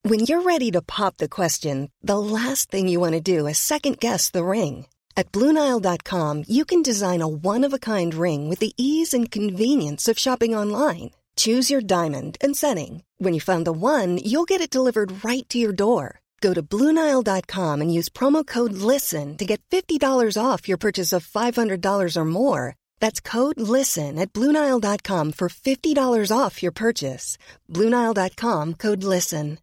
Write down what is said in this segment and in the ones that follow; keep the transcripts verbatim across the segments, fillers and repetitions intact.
When you're ready to pop the question, the last thing you want to do is second-guess the ring. At Blue Nile dot com, you can design a one-of-a-kind ring with the ease and convenience of shopping online. Choose your diamond and setting. When you find the one, you'll get it delivered right to your door. Go to Blue Nile dot com and use promo code LISTEN to get fifty dollars off your purchase of five hundred dollars or more. That's code LISTEN at Blue Nile dot com for fifty dollars off your purchase. Blue Nile dot com, code LISTEN.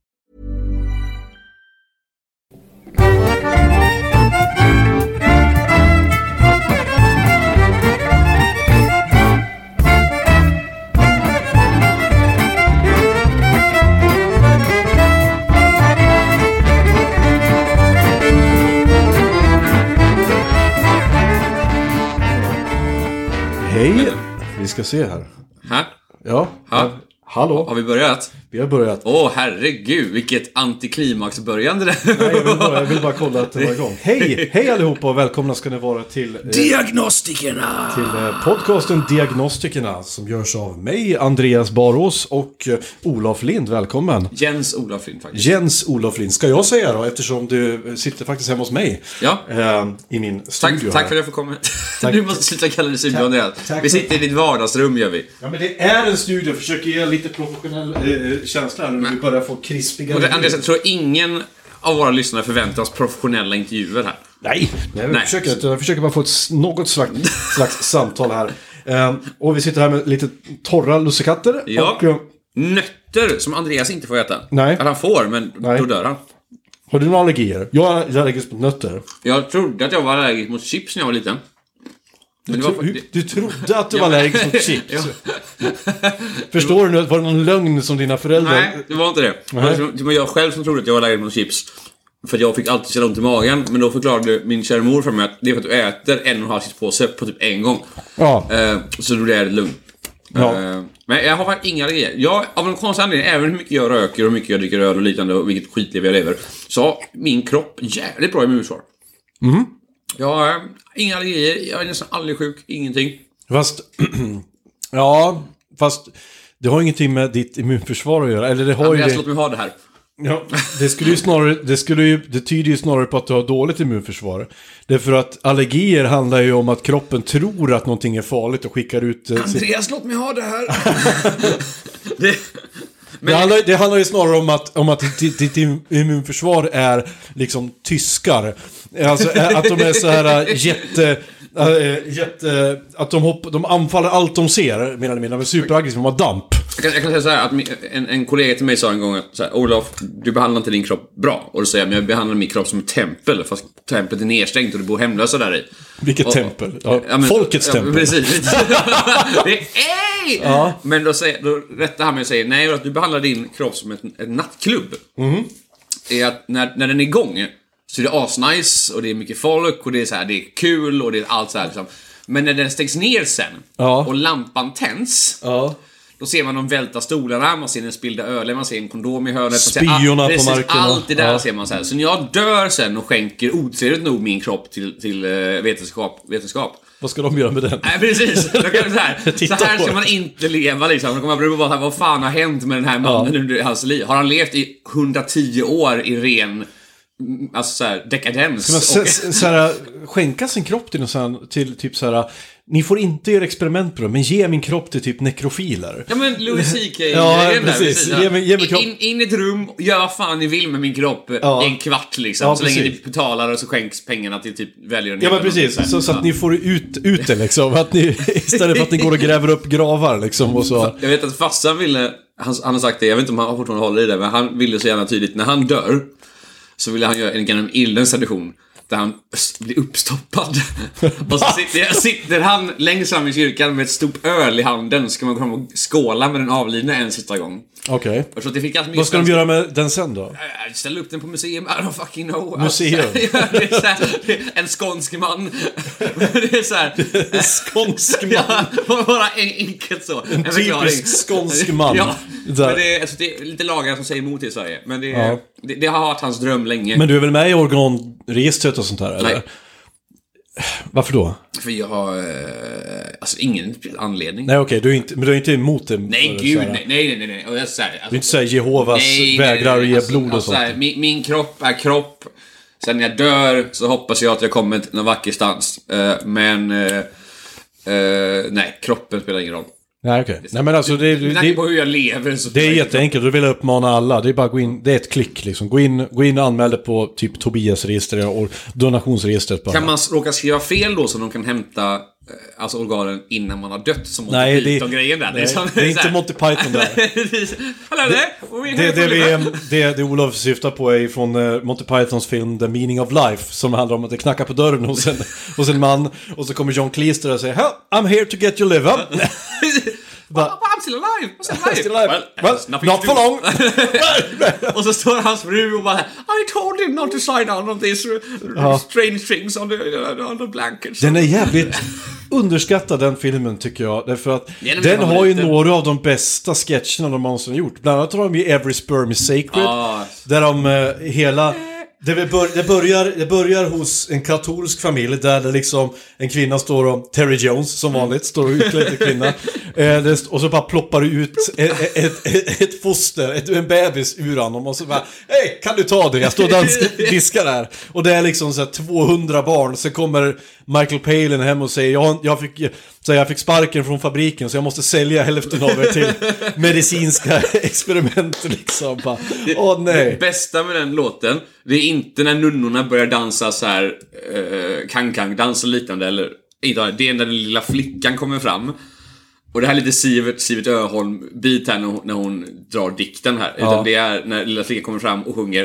Hej, vi ska se här. Här? Ja, ha? Hallå. Har vi börjat? Vi har börjat. Åh, oh, herregud, vilket antiklimaxbörjande det. Nej, jag vill, bara, jag vill bara kolla att det var igång. Hej, hej allihopa och välkomna ska ni vara till... Eh, Diagnostikerna! Till eh, podcasten Diagnostikerna som görs av mig, Andreas Barås och eh, Olof Lind. Välkommen. Jens Olof Lind faktiskt. Jens Olof Lind, ska jag säga då, eftersom du sitter faktiskt hemma hos mig. Ja. Eh, I min studio. Tack, tack för att jag får komma. Du måste sluta kalla det studio, Andreas. Vi sitter i ditt vardagsrum, gör vi. Ja, men det är en studio. Jag försöker ge lite professionell eh, känsla här när vi börjar få krispiga... Och det, Andreas, jag tror ingen av våra lyssnare förväntar oss professionella intervjuer här. Nej, jag, Nej. Försöker, jag försöker bara få ett, något slags, slags samtal här. Eh, och vi sitter här med lite torra lussekatter. Ja, och, eh, nötter som Andreas inte får äta. Nej. Att han får, men Nej. Då dör han. Har du några allergier? Jag är allergisk mot nötter. Jag trodde att jag var allergisk mot chips när jag var liten. Du, tro, var... du trodde att du var allergisk mot chips? Ja. Förstår du nu? Var det någon lögn som dina föräldrar... Nej, det var inte det. Det var jag själv som trodde att jag var allergisk mot chips. För jag fick alltid så ont i magen. Men då förklarade min kära mor för mig att det är för att du äter en och en halv chipspåse på typ en gång. Ja. Uh, så då är det lugnt. Ja. Uh, men jag har faktiskt inga allergier. Jag, av en konstig anledning, även hur mycket jag röker och hur mycket jag dricker öl och liknande och vilket skitliv jag lever, så har min kropp jävligt bra immunförsvar. Mhm. Jag har inga allergier, jag är nästan aldrig sjuk, ingenting. Fast, ja, fast det har ingenting med ditt immunförsvar att göra. Eller det har ja, ju jag det... låt mig ha det här. Ja, det skulle ju snarare, det skulle ju, det tyder ju snarare på att du har dåligt immunförsvar. Därför att allergier handlar ju om att kroppen tror att någonting är farligt och skickar ut... Eh, Andreas, sitt... låt mig ha det här. det... Men... Det, handlar, det handlar ju snarare om att, om att ditt, ditt immunförsvar är liksom tyskar. Alltså att de är så här jätte... Äh, jätte att de, hopp, de anfaller allt de ser, menar ni, de är superaggressiva, de har damp. Jag kan, jag kan säga så här att en, en kollega till mig sa en gång att så här, Olof, du behandlar inte din kropp bra. Och då säger jag, men jag behandlar min kropp som ett tempel. Fast templet är nedstängt och det bor hemlösa där i. Vilket och, tempel? Ja, ja, men, folkets ja, tempel. Precis. det är, ej! Ja. Men då, säger, då rättar han mig och säger, nej, att du behandlar din kropp som ett, ett nattklubb. Mm. Är att när, när den är igång så är det asnice och det är mycket folk och det är så här, det är kul och det är allt så här liksom. Men när den stängs ner sen ja. och lampan tänds, ja. då ser man de välta stolarna, man ser en spilda öl, man ser en kondom i hörnet, spyorna man ser, på marken. Allt det där ja. ser man så här. Så när jag dör sen och skänker otrevligt nog min kropp till, till uh, vetenskap, vetenskap. Vad ska de göra med den? Nej, precis. Då kan det så här, så här ska man inte leva liksom. Då kommer man bero på vad, vad fan har hänt med den här mannen ja. under hans liv. Har han levt i hundratio år i ren... Alltså så här, dekadens. Ska man och... så här, skänka sin kropp till någon sån, till typ så här, ni får inte göra experiment på det, men ge min kropp till typ nekrofiler. Ja, men Louis C K ja, precis. Där, ge mig, ge mig kropp. In, in i ett rum, gör vad fan ni vill med min kropp ja. i en kvart liksom. Ja, så länge ni betalar och så skänks pengarna till typ välgörenhet. Ja, men precis. Så, så att ni får ut, ut det liksom. Att ni, istället för att ni går och gräver upp gravar liksom. Och så. Jag vet att farsan ville, han, han har sagt det, jag vet inte om han fortfarande håller i det, men han ville så gärna tydligt, när han dör så ville han göra en Genom Ildens tradition där han blir uppstoppad. Och så sitter, sitter han längst fram i kyrkan med ett stort öl i handen. Ska man komma och skåla med den avlidna en sista gång. Okej. Okay. Vad ska de göra med den sen då? Ställa upp den på museum. I don't fucking know. Museum? Alltså, det är så här, det är en skånsk man. Det är så här. En skånsk man? Ja, bara enkelt så. En, en typisk skånsk man. Ja, men det, är, alltså, det är lite lagar som säger emot i Sverige. Men det, ja. det, det har varit hans dröm länge. Men du är väl med i organregistret och sånt här, eller? Nej. Varför då? För jag har... Eh, alltså ingen anledning. Nej okej, okay, du är inte, men du är inte emot det. Nej gud, nej, nej, nej, nej. Och jag säger, alltså, du är inte såhär Jehovas nej, vägrar nej, nej, ge alltså, blod och alltså, sånt. Här, min, min kropp är kropp. Sen när jag dör så hoppas jag att jag kommer till någon vacker stans. Uh, men... Uh, uh, nej, kroppen spelar ingen roll. Nej okej. Okay. Nej men alltså det, det, det, på hur jag lever så det är jätteenkelt. Du vill uppmana alla. Det är bara gå in, det är ett klick liksom. Gå in, gå in och anmäl det på typ Tobias register och donationsregistret bara. Kan man råka skriva fel då så de kan hämta alltså organen innan man har dött som Monty nej, Python-grejen där? Nej, det är, som, det är inte Monty Python där. Hallå, det, det, det, vi, det, det Olof syftar på är från uh, Monty Pythons film The Meaning of Life, som handlar om att det knackar på dörren hos en, hos en man och så kommer John Cleese och säger "Help, I'm here to get your liver." But, I'm still alive, I'm still alive. Still alive. Well, well not for long. Och så står hans fru och bara I told him not to sign on of these ja. strange things on the, on the blankets. Den är jävligt underskattad den filmen tycker jag. Därför att ja, den, den har ju lite... några av de bästa sketcherna de någonsin gjort. Bland annat har de ju Every Sperm is Sacred. Ah. Där de uh, hela... Det, bör, det, börjar, det börjar hos en katolsk familj där det liksom en kvinna står och Terry Jones som vanligt står och utklädd till kvinna eh, det, och så bara ploppar det ut ett, ett, ett, ett foster, ett, en bebis ur honom och så bara hej, kan du ta det? Jag står och dans, diskar där och det är liksom så här tvåhundra barn. Så kommer Michael Palin hem och säger jag, jag, fick, så jag fick sparken från fabriken så jag måste sälja hälften av det till medicinska experiment liksom. Bara, åh nej. Det bästa med den låten, det är inte när nunnorna börjar dansa så här uh, kang-kang-dans och liknande, eller det är när den lilla flickan kommer fram. Och det här är lite Sivert, Sivert Öholm-bit här när hon, när hon drar dikten här. Ja. Utan det är när lilla flickan kommer fram och sjunger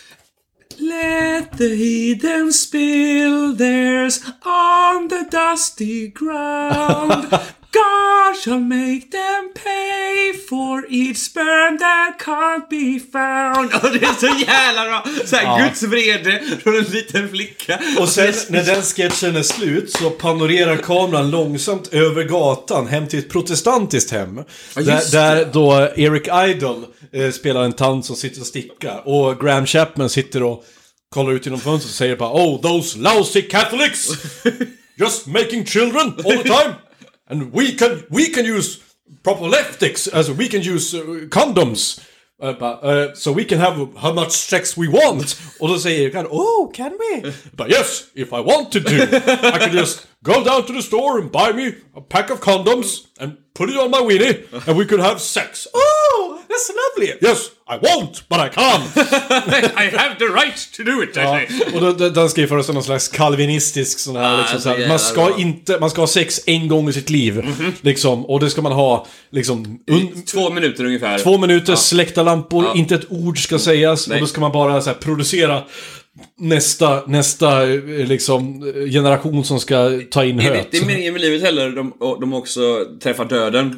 Let the heathen spill theirs on the dusty ground. God shall make them pay for each sperm that can't be found. Och det är så jävla bra. Så här, ja. Guds vrede från en liten flicka. Och sen när den sketchen är slut så panorerar kameran långsamt över gatan hem till ett protestantiskt hem. Ja, där, där då Eric Idle eh, spelar en tant som sitter och stickar. Och Graham Chapman sitter och kollar ut genom fönstret och säger bara oh, those lousy Catholics just making children all the time. And we can we can use prophylactics as we can use uh, condoms uh, but, uh, so we can have how much sex we want. Och då säger jag oh can we? But yes, if I want to do I can just go down to the store and buy me a pack of condoms and put it on my weenie and we could have sex. Oh, that's lovely. Yes, I won't, but I can. I have the right to do it. Ja, och då, den ska ju föra sig någon slags kalvinistisk sån här, ah, liksom, så här. Man ska inte, man ska ha sex en gång i sitt liv mm-hmm. liksom, och det ska man ha liksom un- två minuter ungefär. Två minuter, ja. Släckta lampor, ja. Inte ett ord ska sägas. Nej. Och då ska man bara så här, producera nästa nästa liksom generation som ska ta in höet. Det är meningen med livet heller. De, de också träffar döden.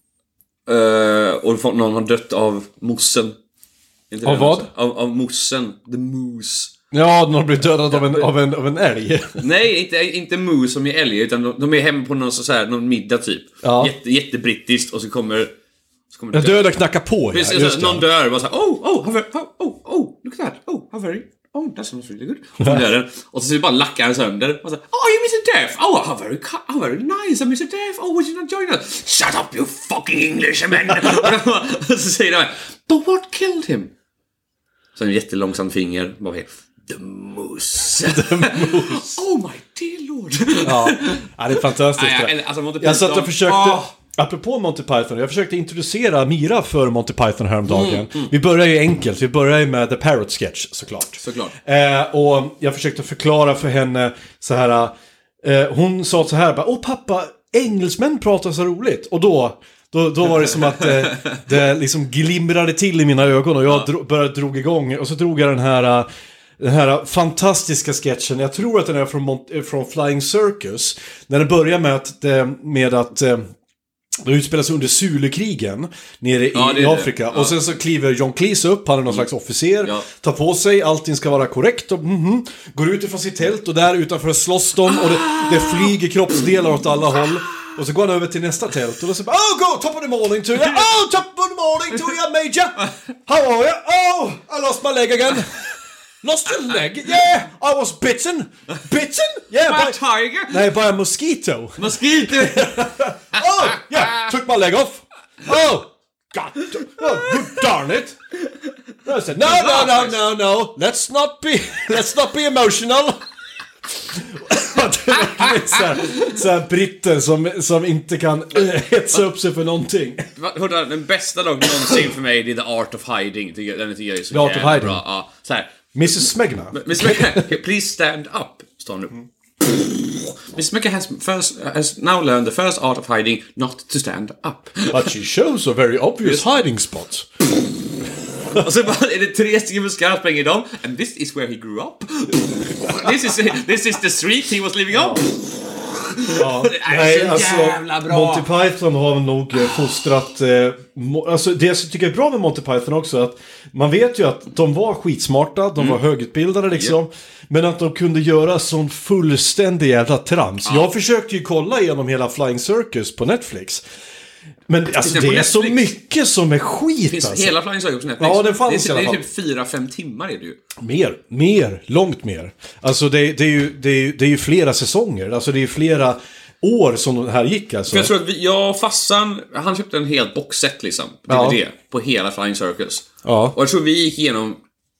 Uh, och någon har dött av mossen. Inte av vad? Av, av mossen. The moose. Ja, de har blivit dödad av en, av en, av en älg. Nej, inte, inte moose som är älg. Utan de, de är hemma på någon, så här, någon middag typ. Ja. Jätte, jättebrittiskt. Och så kommer... Så kommer det döda knackar på. Ja, just, just någon dör. Bara så här, oh, oh, how very, oh, oh, oh, look at that. Oh, how very... Oh, that sounds really good. Och så dör den. Och så ser vi bara lackar sönder. Och så, oh, you mister Death. Oh, how very, how very nice. I mister Death. Oh, would you not join us? Shut up, you fucking Englishmen. Och så säger de, but what killed him? Så en jättelångsamt finger. Bara helt, the moose. The moose. Oh my dear lord. Ja, ja det är fantastiskt. Nej, alltså, Monty jag satt och försökte... Oh. Apropå Monty Python, jag försökte introducera Mira för Monty Python häromdagen. Mm, mm. Vi börjar ju enkelt, vi börjar ju med The Parrot Sketch såklart. Såklart. Eh, och jag försökte förklara för henne så här. Eh, hon sa så här, åh pappa, engelsmän pratar så roligt. Och då, då, då var det som att eh, det liksom glimrade till i mina ögon och jag ja. dro- började drog igång. Och så drog jag den här... Den här fantastiska sketchen, jag tror att den är från, Mont- från Flying Circus. När det börjar med att... Med att det utspelas under Zulukrigen nere i, ja, i Afrika. Ja. Och sen så kliver John Cleese upp, han är någon mm. slags officer, ja. tar på sig, allting ska vara korrekt och mm-hmm, går ut ifrån sitt tält och där utanför slåss de och det, det flyger kroppsdelar åt alla håll. Och så går han över till nästa tält och då säger oh, go, top of the morning to you. Oh, top of the morning to you, Major. How are you? Oh, I lost my leg again. Lost a leg? Yeah, I was bitten. Bitten? Yeah, By a by... tiger? Nej, by a mosquito. Mosquito! Oh, yeah, took my leg off. Oh, God, oh, good darn it. I said, no, no, no, no, no. Let's not be, let's not be emotional. Det är så här, så här britter som, som inte kan äh, hetsa upp sig för någonting. Den bästa dock någonsin för mig är The Art of Hiding. Den tycker jag är så The Art of Hiding. bra. Ja, så här. missus Smegna. missus Smegna, please stand up. Står nu. missus Smegna has, first, has now learned the first art of hiding, not to stand up. But she shows a very obvious hiding spot. Och så bara är det tre stycken buskar, springer dem. And this is where he grew up. This is, this is the street he was living on. Ja, det är nej, så alltså, jävla bra. Monty Python har nog eh, fostrat eh, mo- alltså det jag tycker är bra med Monty Python också är att man vet ju att de var skitsmarta, de mm. var högutbildade liksom, yep. men att de kunde göra sån fullständig jävla trams. Ja. Jag försökte ju kolla igenom hela Flying Circus på Netflix. Men alltså, det är Netflix. Så mycket som är skit. Finns alltså. Hela Flying Circus på Netflix. Ja, det fanns det är, i alla fall. Det är typ fyra fem timmar är det ju. Mer, mer, långt mer. Alltså det, det, är ju, det, är ju, det är ju flera säsonger. Alltså det är ju flera år som det här gick alltså. För jag tror att vi, jag och Fassan, han köpte en helt boxset liksom. D V D ja. På hela Flying Circus. Ja. Och jag tror vi gick igenom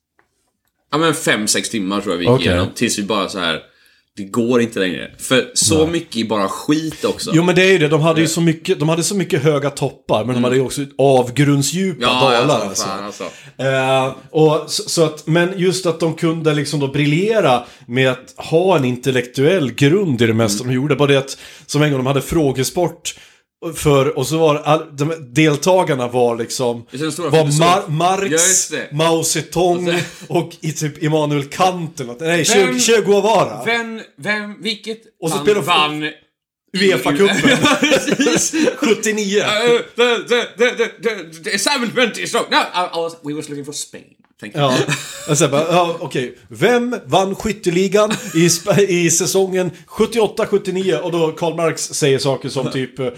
ja men fem sex timmar tror jag vi gick okay. igenom. Tills vi bara så här. Det går inte längre. För så Nej. mycket är bara skit också. Jo men det är ju det. De hade ju så mycket, de hade så mycket höga toppar. Men mm. de hade ju också avgrundsdjupa ja, dalar. Alltså, fan, alltså. alltså. Eh, och så, så att, men just att de kunde liksom då briljera med att ha en intellektuell grund i det mesta mm. de gjorde. Bara det att som en gång de hade frågesport. För, och så var all, de, deltagarna var liksom var Mar- Marx, Mao Zedong och, och i typ Immanuel Kant eller något. Nej, Che, Che Guevara. Vem, vem, vilket och så han vann UEFA-cupen sjuttionio. Uh, the, the, the, the, the establishment is wrong. No, I, I was, we was looking for Spain. Ja, alltså bara, ja, okej. Okay. Vem vann skytteligan i, i säsongen sjuttioåtta sjuttionio? Och då Karl Marx säger saker som typ uh,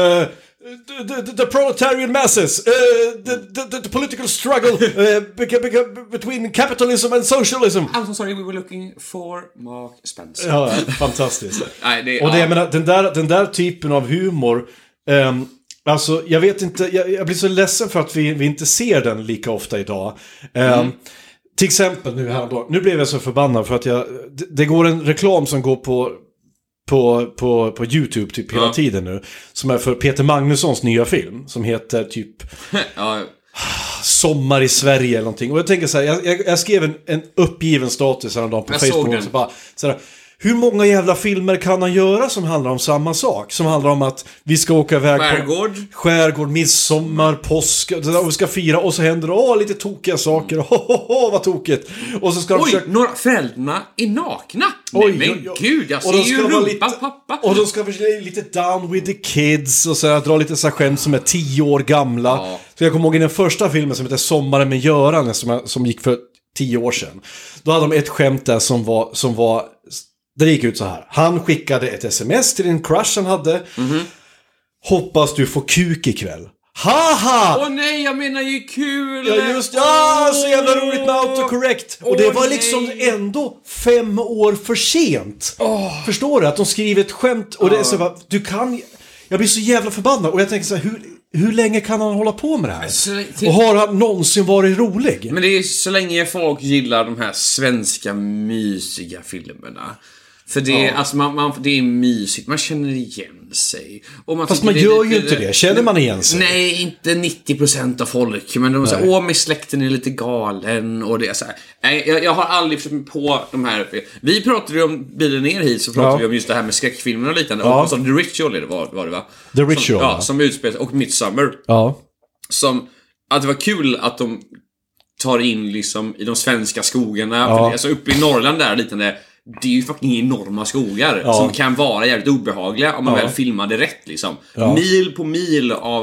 the, the, the proletarian masses, uh, the, the, the political struggle uh, beca, beca, between capitalism and socialism. I'm so sorry, we were looking for Mark Spencer. Ja, fantastiskt. Nej, det, och det, ja. jag menar, den där, den där typen av humor um, alltså, jag vet inte, jag, jag blir så ledsen för att vi, vi inte ser den lika ofta idag. Mm. Um, till exempel nu här då, nu blev jag så förbannad för att jag, det, det går en reklam som går på, på, på, på YouTube typ hela ja. tiden nu, som är för Peter Magnussons nya film, som heter typ ja. Sommar i Sverige eller någonting. Och jag tänker så här, jag, jag, jag skrev en, en uppgiven status här en dag på jag Facebook och så bara, så här, hur många jävla filmer kan han göra som handlar om samma sak? Som handlar om att vi ska åka iväg skärgård. på skärgård, midsommar, påsk och vi ska fira och så händer det åh, lite tokiga saker. Ho, ho, ho, vad tokigt. Och så ska oj, de försöka... några föräldrarna är nakna. Oj, Nej, men oj, oj. Gud, jag ser ju rumpan lite, pappa. Och de ska försöka lite down with the kids och så här, dra lite så här skämt som är tio år gamla. Ja. Så jag kommer ihåg i den första filmen som heter Sommaren med Göran som, som gick för tio år sedan. Då hade de ett skämt där som var... Som var det gick ut så här. Han skickade ett sms till en crush han hade. Mm-hmm. Hoppas du får kuk ikväll. Haha! Åh oh, nej, jag menar ju kul! Ja just ja, så jävla roligt med autocorrect. Och det oh, var liksom nej. ändå fem år för sent. Oh. Förstår du? Att de skriver ett skämt. Och oh. det är så bara, du kan... Jag blir så jävla förbannad. Och jag tänker så här, hur... Hur länge kan han hålla på med det här? Så, till... Och har han någonsin varit rolig? Men det är så länge folk gillar de här svenska mysiga filmerna. För det, ja. alltså man, man, det är mysigt, man känner igen sig. Och man Fast man gör ju inte det, känner man igen sig? Nej, inte nittio procent av folk. Men de säger, åh, med släkten är lite galen. Och det är så här. Nej, jag, jag har aldrig försökt mig på de här. Vi pratade ju om bilen ner hit, så pratade ja. vi om just det här med skräckfilmer och liknande. Ja. Och så The Ritual är det, var, var det va? The Ritual, som, ja. Som utspelar, och Midsommar. Ja. Som, att det var kul att de tar in liksom i de svenska skogarna. Ja. För det, alltså uppe i Norrland där, liknande. Det är ju fucking enorma skogar ja. som kan vara jävligt obehagliga om man ja. väl filmade rätt liksom. Ja. Mil på mil av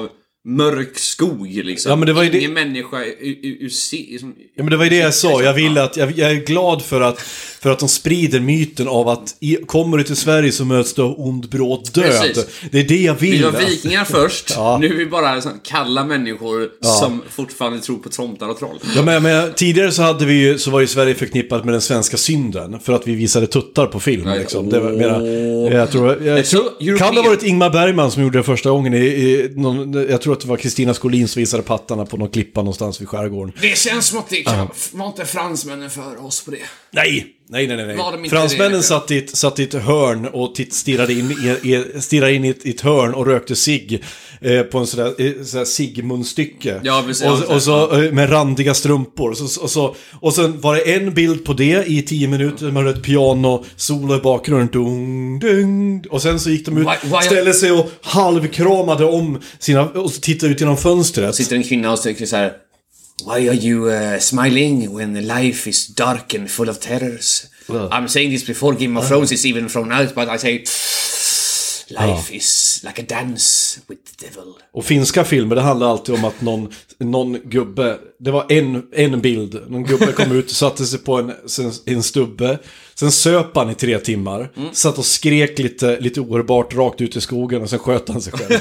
mörk skog liksom. Ja, men det var ju ingen det... människa ur se som... Ja, men det var ju det jag sa. Jag vill att jag, jag är glad för att för att de sprider myten av att i, kommer du till Sverige så möts du av ond bråd död. Precis. Det är det jag vill. Vi var vikingar först. Ja. Nu är vi bara sån, kalla människor ja. som fortfarande tror på tomtar och troll. Ja, men, men tidigare så hade vi ju, så var ju Sverige förknippat med den svenska synden för att vi visade tuttar på film liksom. Det var mera, jag tror jag, jag tror, kan det ha varit Ingmar Bergman som gjorde det första gången i, i någon, jag tror att det var Kristina Skolin som visade pattarna på någon klippa någonstans vid skärgården. Det känns som att det kan, var inte fransmännen för oss på det. Nej, nej, nej, nej. nej. Fransmännen satt i, ett, satt i ett hörn och titt, stirrade in, i, i, stirrade in i, ett, i ett hörn och rökte cigg eh, på en sådär, sådär ciggmunstycke. Ja, precis. Och, och så eh, med randiga strumpor. Och så, och, så, och sen var det en bild på det i tio minuter med ett piano, solo i bakgrunden. Dung, dung, och sen så gick de ut, why, why ställde sig och halvkramade om sina, och så tittade ut genom fönstret. Sitter en kvinna och tycker så här: why are you uh, smiling when life is dark and full of terrors? Uh. I'm saying this before Game of Thrones uh. is even thrown out, but I say life uh. is like a dance with the devil. Och finska filmer, det handlar alltid om att någon, någon gubbe, det var en, en bild, någon gubbe kom ut och satte sig på en, en stubbe, sen söp han i tre timmar, mm. satt och skrek lite, lite ohörbart rakt ut i skogen och sen sköt han sig själv.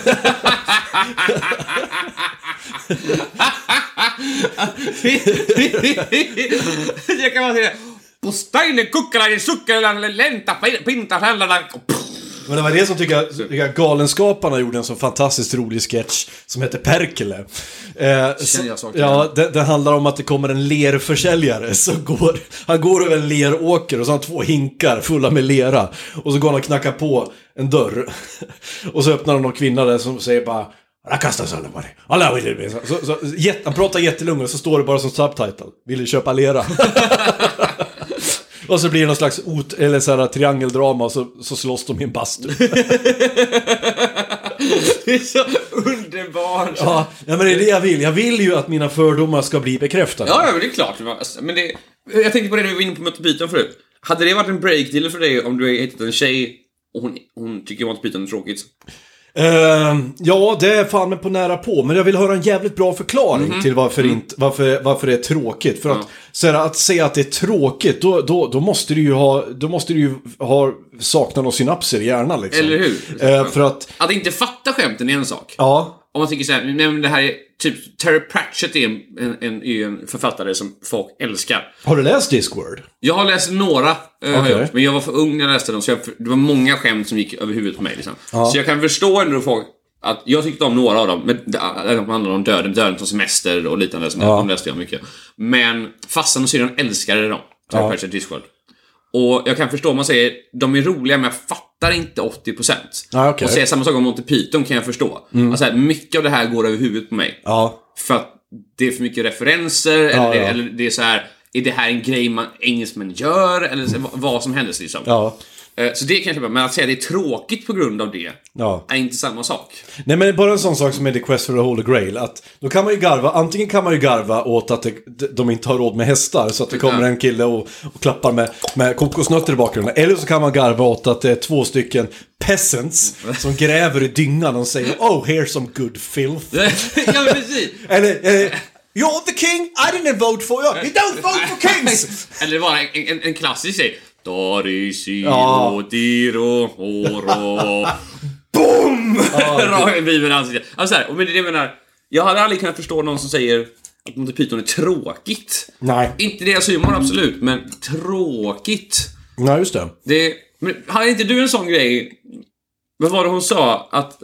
Jag kan bara säga på steinen kukkalainen sukkelainen lenta pintasällarna. Men det var det som tycker jag, tycker jag Galenskaparna gjorde en så fantastiskt rolig sketch som heter Perkele. Eh, så, ja, det, det handlar om att det kommer en lerförsäljare så går, han går över en leråker och så har han två hinkar fulla med lera och så går han och knackar på en dörr och så öppnar han någon kvinna där som säger bara jag kastar sönder på dig. Alla vill det. Så, så, jätt, han pratar jättelugnt och så står det bara som subtitle. Vill du köpa lera? Och så blir det någon slags ot, eller så här triangeldrama och så, så slåss de i en bastu. Det är så underbart. Ja, ja, men det är det jag vill. Jag vill ju att mina fördomar ska bli bekräftade. Ja, men det är klart. Men det, jag tänkte på det när vi var inne på Mötterbyten förut. Hade det varit en breakdeal för dig om du har hittat en tjej och hon, hon tycker Mötterbyten är tråkigt? Uh, ja, det är fan med på nära på. Men jag vill höra en jävligt bra förklaring mm-hmm. till varför, mm. inte, varför, varför det är tråkigt. För att, mm. så här, att säga att det är tråkigt, då, då, då måste du ju ha, då måste du ju ha saknat och synapser i hjärnan liksom. Eller hur? Uh, för att, att inte fatta skämten är en sak. Ja. Om man tänker så här, men det här är typ Terry Pratchett är en, en, en författare som folk älskar. Har du läst Discworld? Jag har läst några, okay. jag men jag var för ung när jag läste dem, så jag, det var många skämt som gick över huvudet på mig liksom. Ja. Så jag kan förstå ändå folk att jag tyckte om några av dem, men det handlar om döden, döden som semester och liknande som ja. de läste jag mycket. Men fastan och syrran älskade dem. Terry ja. Pratchett Discworld. Och jag kan förstå om man säger de är roliga men jag fattar inte åttio procent. Ah, okay. Och säga samma sak om Monty Python kan jag förstå. Mm. Alltså, mycket av det här går över huvudet på mig. Ja. För att det är för mycket referenser. Ja, eller, ja. eller det är så här, är det här en grej man engelsmän gör? Eller så, vad som händer liksom. Ja. Så det kanske bara, men att säga det är tråkigt på grund av det ja. är inte samma sak. Nej, men bara en sån sak som är The Quest for the Holy Grail, att då kan man ju garva, antingen kan man ju garva åt att det, de inte har råd med hästar, så att det kommer en kille och, och klappar med, med kokosnötter i bakgrunden, eller så kan man garva åt att det är två stycken peasants som gräver i dyngan och säger oh, here's some good filth. Ja, precis. Eller eh, you're the king, I didn't vote for you, you don't vote for kings. Eller bara en, en, en klassisk säg Darishiro, ja. Diro, Oro. Boom! Rakt i Bibeln ansiktet. Alltså här, och med det jag menar, jag hade aldrig kunnat förstå någon som säger att Monty Python är tråkigt. Nej. Inte deras humor absolut, men tråkigt. Nej, just det. Det men hade inte du en sån grej? Vad var det hon sa? Att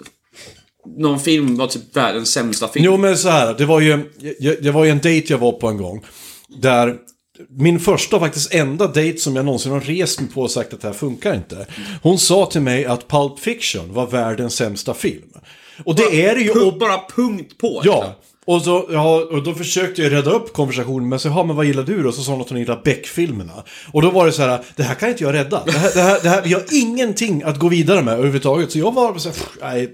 någon film var typ världens sämsta film. Jo, men så här, det var ju det var ju en dejt jag var på en gång där min första och faktiskt enda dejt som jag någonsin har rest mig på och sagt att det här funkar inte. Hon sa till mig att Pulp Fiction var världens sämsta film. Och det bara, är det ju... P- bara punkt på. Ja. Och, så, ja, och då försökte jag rädda upp konversationen med sig, ja, men vad gillar du? Och så sa hon att hon gillar Beck-filmerna. Och då var det så här, det här kan inte jag rädda. Det här, det här, det här, vi har ingenting att gå vidare med överhuvudtaget. Så jag var så här, nej.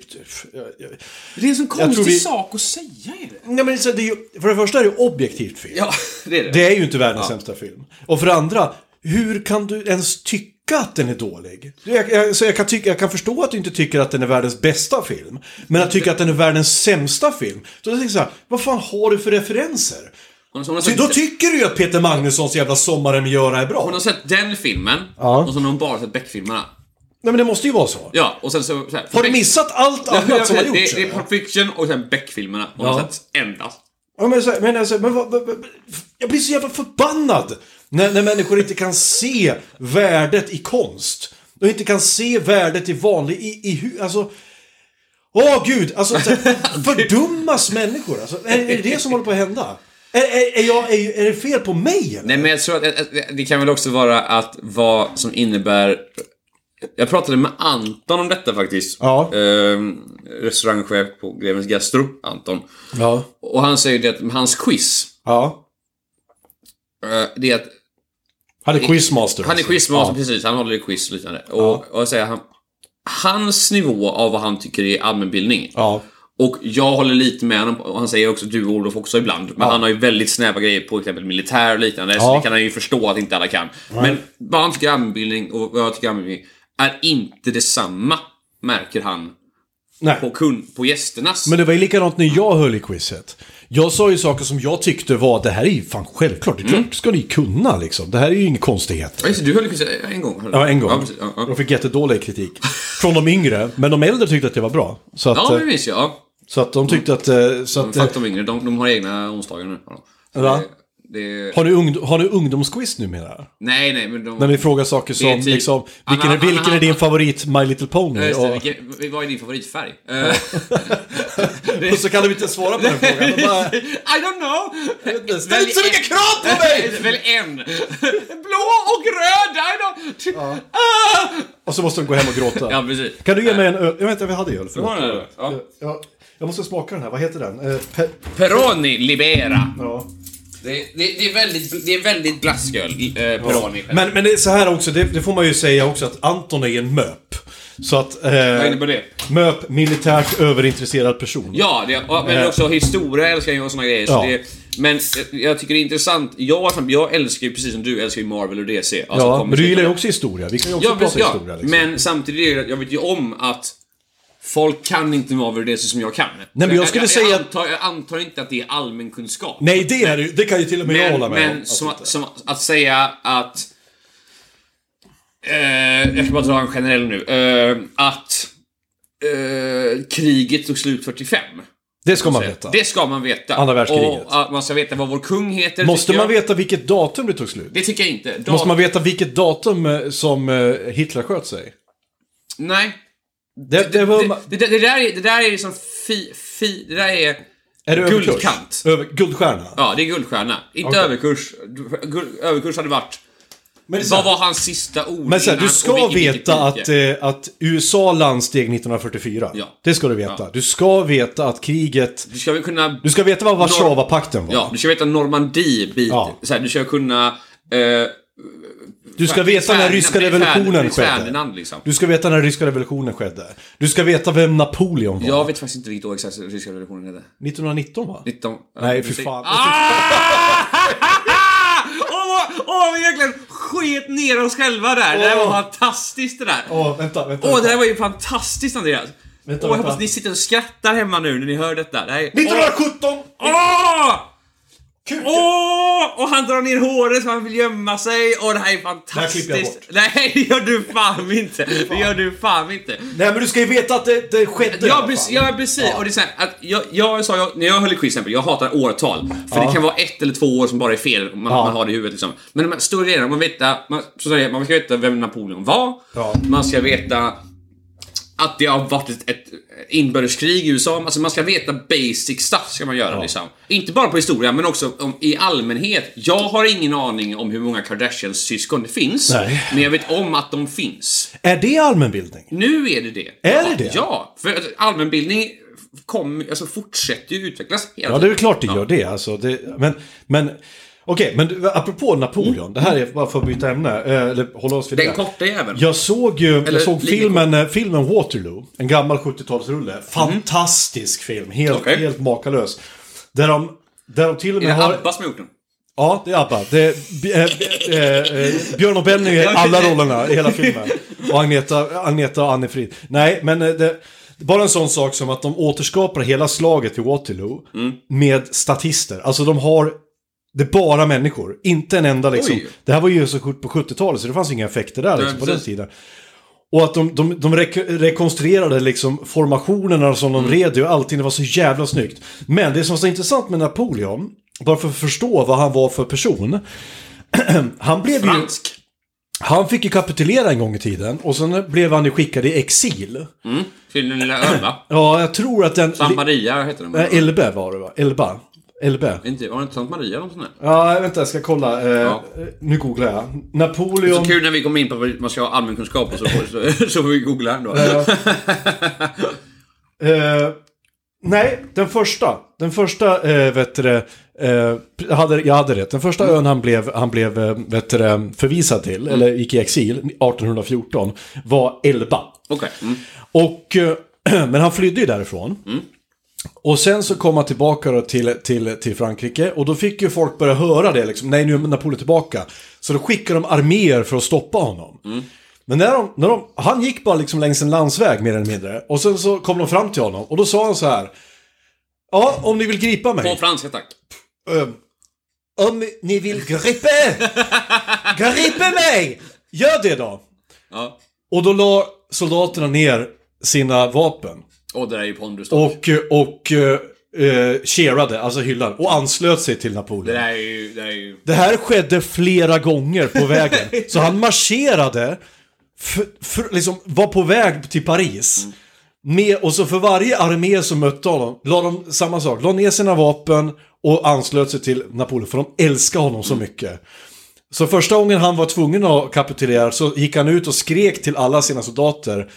Det är en sån konstig vi, sak att säga. Är det? Nej, men det är ju, för det första är det objektivt film. Ja, det är det. Det är ju inte världens ja. sämsta film. Och för det andra, hur kan du ens tycka tycka att den är dålig. Jag, jag, så jag, kan tycka, jag kan förstå att du inte tycker att den är världens bästa film. Men att tycka att den är världens sämsta film. Då tänker jag så här, vad fan har du för referenser? Så sett... Då tycker du ju att Peter Magnussons jävla Sommaren med Göra är bra. Hon har sett den filmen, ja. Och så har hon bara sett Beck-filmerna. Nej, men det måste ju vara så. Ja, och sen så... så här, har du missat allt annat ja, som har gjorts? Det, det är Pulp Fiction och sen Beck-filmerna. Hon ja. har sett endast. Ja, men, men, alltså, men vad, vad, vad, jag blir så jävla förbannad när, när människor inte kan se värdet i konst. Och inte kan se värdet i vanlig... I, i, alltså... Åh, gud! Alltså, fördummas människor. Alltså, är, är det det som håller på att hända? Är, är, är, jag, är, är det fel på mig? Eller? Nej, men jag tror att det kan väl också vara att vad som innebär... Jag pratade med Anton om detta faktiskt. Ja. Eh, restaurangchef på Grevens Gastro, Anton. Ja. Och han säger det att hans quiz... Ja. Eh, det är att... Han är quizmaster. Han är quizmaster, ja. Precis. Han håller i quiz och liknande. Och, ja. och jag säger han... Hans nivå av vad han tycker är allmänbildning. Ja. Och jag håller lite med honom. Och han säger också du och Olof också ibland. Men ja. han har ju väldigt snäva grejer på exempel militär och liknande. Ja. Så det kan han ju förstå att inte alla kan. Ja. Men vad han tycker allmänbildning och vad jag tycker allmänbildning är inte detsamma, märker han. Nej. På, kund, på gästernas. Men det var ju likadant när jag höll i quizet. Jag sa ju saker som jag tyckte var, det här är ju fan självklart. Det är klart mm. ska ni kunna liksom. Det här är ju ingen konstighet. Ja, du höll i quizet en gång. Höll. Ja, en gång. Ja, precis, ja, ja. Jag fick jättedålig kritik. Från de yngre. Men de äldre tyckte att det var bra. Så att, ja, det visst jag. Så att de tyckte att... Så att Fakt de yngre, de, de har egna onsdagar nu. Ja. Det... Har, ni ungd- har ni ungdomsquiz nu menar? Nej, nej, men de... När vi frågar saker som typ... liksom, vilken, Anna, är, vilken Anna, är din Anna, favorit My Little Pony? Just det, och... vilken, vad är din favoritfärg? Och så kan de inte svara på den frågan. De bara... I don't know. Ställ inte så mycket krav på mig! Välj en. Blå och röd. I don't... Ja. Ah! Och så måste de gå hem och gråta. Ja, precis. Kan du ge mig en öl? Jag vet inte, vi hade öl. Förlåt. Ja. Ja. Jag måste smaka den här. Vad heter den? Eh, pe- Peroni Libera. Ja. Det, det, det är väldigt det är väldigt blasköl eh, Peroni. Ja. Men men det är så här också, det, det får man ju säga också att Anton är en möp. Så att eh, vad innebär det? Möp, militärt överintresserad person. Ja, det, men eh. också historia älskar jag och såna grejer. Ja. Så det, men jag tycker det är intressant. Jag, jag älskar ju precis som du älskar ju Marvel och D C. Alltså, ja, men du gillar ju också historia. Vi kan ju också ja, prata ja, historia. Liksom. Men samtidigt, jag vet ju om att folk kan inte Marvel och D C som jag kan. Nej, men jag skulle jag, säga... Jag antar, jag antar inte att det är allmän kunskap. Nej, det är det, det kan ju till och med jag hålla med men, om. Men som, som att säga att... Eh, jag ska bara dra en generell nu. Eh, att eh, kriget tog slut fyrtiofem. Det ska man veta. Det ska man veta. Andra världskriget. Och att man ska veta vad vår kung heter. Måste man veta vilket datum det tog slut? Det tycker jag inte. Dat- Måste man veta vilket datum som Hitler sköt sig? Nej. Det, det, var... det, det, det, där är, det där är liksom fi, fi, det där är, är det guldkant. Över, guldstjärna? Ja, det är guldstjärna. Inte okay. överkurs. Guld, överkurs hade varit... Men vad var hans sista ord? Men så här, du ska veta att, eh, att U S A landsteg nittonhundrafyrtiofyra. Ja. Det ska du veta. Ja. Du ska veta att kriget... Du ska väl kunna... Du ska veta vad Warszawapakten var. Ja, du ska veta Normandie-bit. Ja. Så här, du ska kunna... Eh, Du ska veta när ryska revolutionen skedde. Liksom. Du ska veta när ryska revolutionen skedde. Du ska veta vem Napoleon var. Jag vet faktiskt inte vilket år exakt ryska revolutionen hände. nittonhundranitton va? nitton Nej, för fan. Åh, vi egentligen sket ner oss själva där. Oh. Det här var fantastiskt det där. Åh, oh, vänta, vänta. Åh, oh, det här var ju fantastiskt, Andreas. Vänta, Åh, oh, jag hoppas ni sitter och skrattar hemma nu när ni hör detta. Det här är... nittonhundrasjutton! Åh! Oh! Åh! Oh! Och han drar ner håret så han vill gömma sig. Och det här är fantastiskt. Det här bort. Nej, det gör du fan inte. Det gör du fan inte. Nej, men du ska ju veta att det, det skedde. Ja, precis. Ja, precis. Ja. Och det är så här, att jag, jag sa, jag, när jag höll i quiz exempel, jag hatar årtal. För ja. det kan vara ett eller två år som bara är fel. Man, ja. man har det i huvudet liksom. Men de stora grejerna, man vet man, så säger, man ska veta vem Napoleon var. Ja. Man ska veta att det har varit ett, ett inbördeskrig i U S A. Alltså man ska veta basic stuff ska man göra ja. liksom. Inte bara på historia men också om, i allmänhet. Jag har ingen aning om hur många Kardashians syskon det finns. Nej. Men jag vet om att de finns. Är det allmänbildning? Nu är det det. Är ja, det det? Ja, för allmänbildning kom, alltså fortsätter ju utvecklas hela Ja, det är väl klart det gör ja. det. Alltså, det men... men okej, okay, men apropå Napoleon, mm. det här är bara för att byta ämne, eller hålla oss vid den det. Den korta jäveln. Jag såg ju, jag såg filmen, filmen Waterloo, en gammal sjuttiotalsrulle. Fantastisk mm. film, helt, okay. helt makalös. Där de, där de till och med är det har... Abba som har gjort den? Ja, det är ABBA. Det är äh, äh, äh, Björn och Benny är alla rollerna i hela filmen. Och Agneta, Agneta och Anne-Frid. Nej, men det, bara en sån sak som att de återskapar hela slaget i Waterloo mm. med statister. Alltså de har, det är bara människor. Inte en enda liksom. Oj. Det här var ju så på sjuttiotalet så det fanns inga effekter där liksom, på den tiden. Och att de, de, de re- rekonstruerade liksom formationerna som de mm. red och allting, det var så jävla snyggt. Men det som var så intressant med Napoleon, bara för att förstå vad han var för person, han blev Fransk. ju... Han fick ju kapitulera en gång i tiden och sen blev han ju skickad i exil. Mm, till den lilla ön, va? Ja, jag tror att den... Sant Maria heter den. Nej, Elbe var det, va? Elba. Elbe. Inte, var det inte Sant Maria eller något sånt där? Ja, vänta, jag ska kolla. Eh, ja. Nu googlar jag. Napoleon... Det är så kul när vi kommer in på att man ska ha allmänkunskap och så får, så, så får vi googla ändå. Ja. eh, nej, den första. Den första, eh, vet du, eh, hade, jag hade rätt. Den första mm. ön han blev, han blev vet du, förvisad till, mm. eller gick i exil, arton fjorton, var Elba. Okay. Mm. Och, eh, men han flydde ju därifrån. Mm. Och sen så kom han tillbaka då till, till, till Frankrike. Och då fick ju folk börja höra det liksom. Nej, nu är Napoleon tillbaka. Så då skickade de arméer för att stoppa honom. Mm. Men när de, när de, han gick bara liksom längs en landsväg mer eller mindre. Och sen så kom de fram till honom. Och då sa han så här: ja, om ni vill gripa mig. På franska, tack. Um, om ni vill gripa gripa mig, gör det då. Ja. Och då la soldaterna ner sina vapen. Och det är ju Pondus. Och, och uh, cheerade, alltså hyllan. Och anslöt sig till Napoleon. Det, är ju, det, är ju... det här skedde flera gånger på vägen. Så han marscherade, f- f- liksom var på väg till Paris. Mm. Med, och så för varje armé som mötte honom la de samma sak, la ner sina vapen och anslöt sig till Napoleon. För de älskade honom så mycket. Så första gången han var tvungen att kapitulera så gick han ut och skrek till alla sina soldater.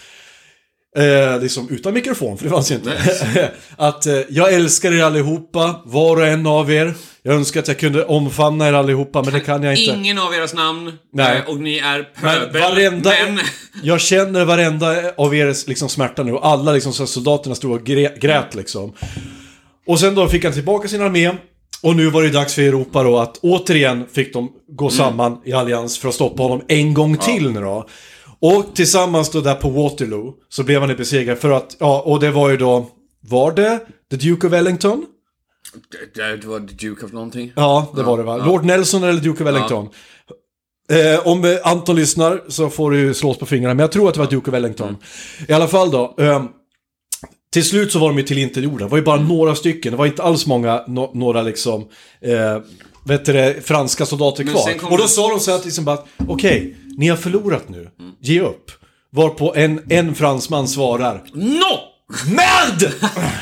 Eh, liksom utan mikrofon, för det fanns ju inte. Nice. Att eh, jag älskar er allihopa, var och en av er. Jag önskar att jag kunde omfamna er allihopa, men det kan jag inte. Ingen av eras namn. Nej. Och ni är pöbel. Men varenda, men... Jag känner varenda av er liksom smärta nu. Och alla liksom, så soldaterna stod och grä, grät liksom. Och sen då fick han tillbaka sin armé. Och nu var det dags för Europa då att återigen fick de gå mm. samman i allians för att stoppa honom en gång till ja. nu då. Och tillsammans då där på Waterloo så blev han besegrad för att, ja, och det var ju då, var det The Duke of Wellington? Det, det var The Duke of någonting. Ja, det ja, var det va? Ja. Lord Nelson eller Duke of Wellington? Ja. Eh, om Anton lyssnar så får du slås på fingrarna, men jag tror att det var Duke of Wellington. Mm. I alla fall då, eh, till slut så var de ju till interjorda. Det var ju bara mm. några stycken, det var inte alls många, no, några liksom... Eh, vet du det, franska soldater kvar. Och då sa de så att liksom bara, okej, okay, ni har förlorat nu. Mm. Ge upp. Varpå en, en fransman svarar, no! Merd!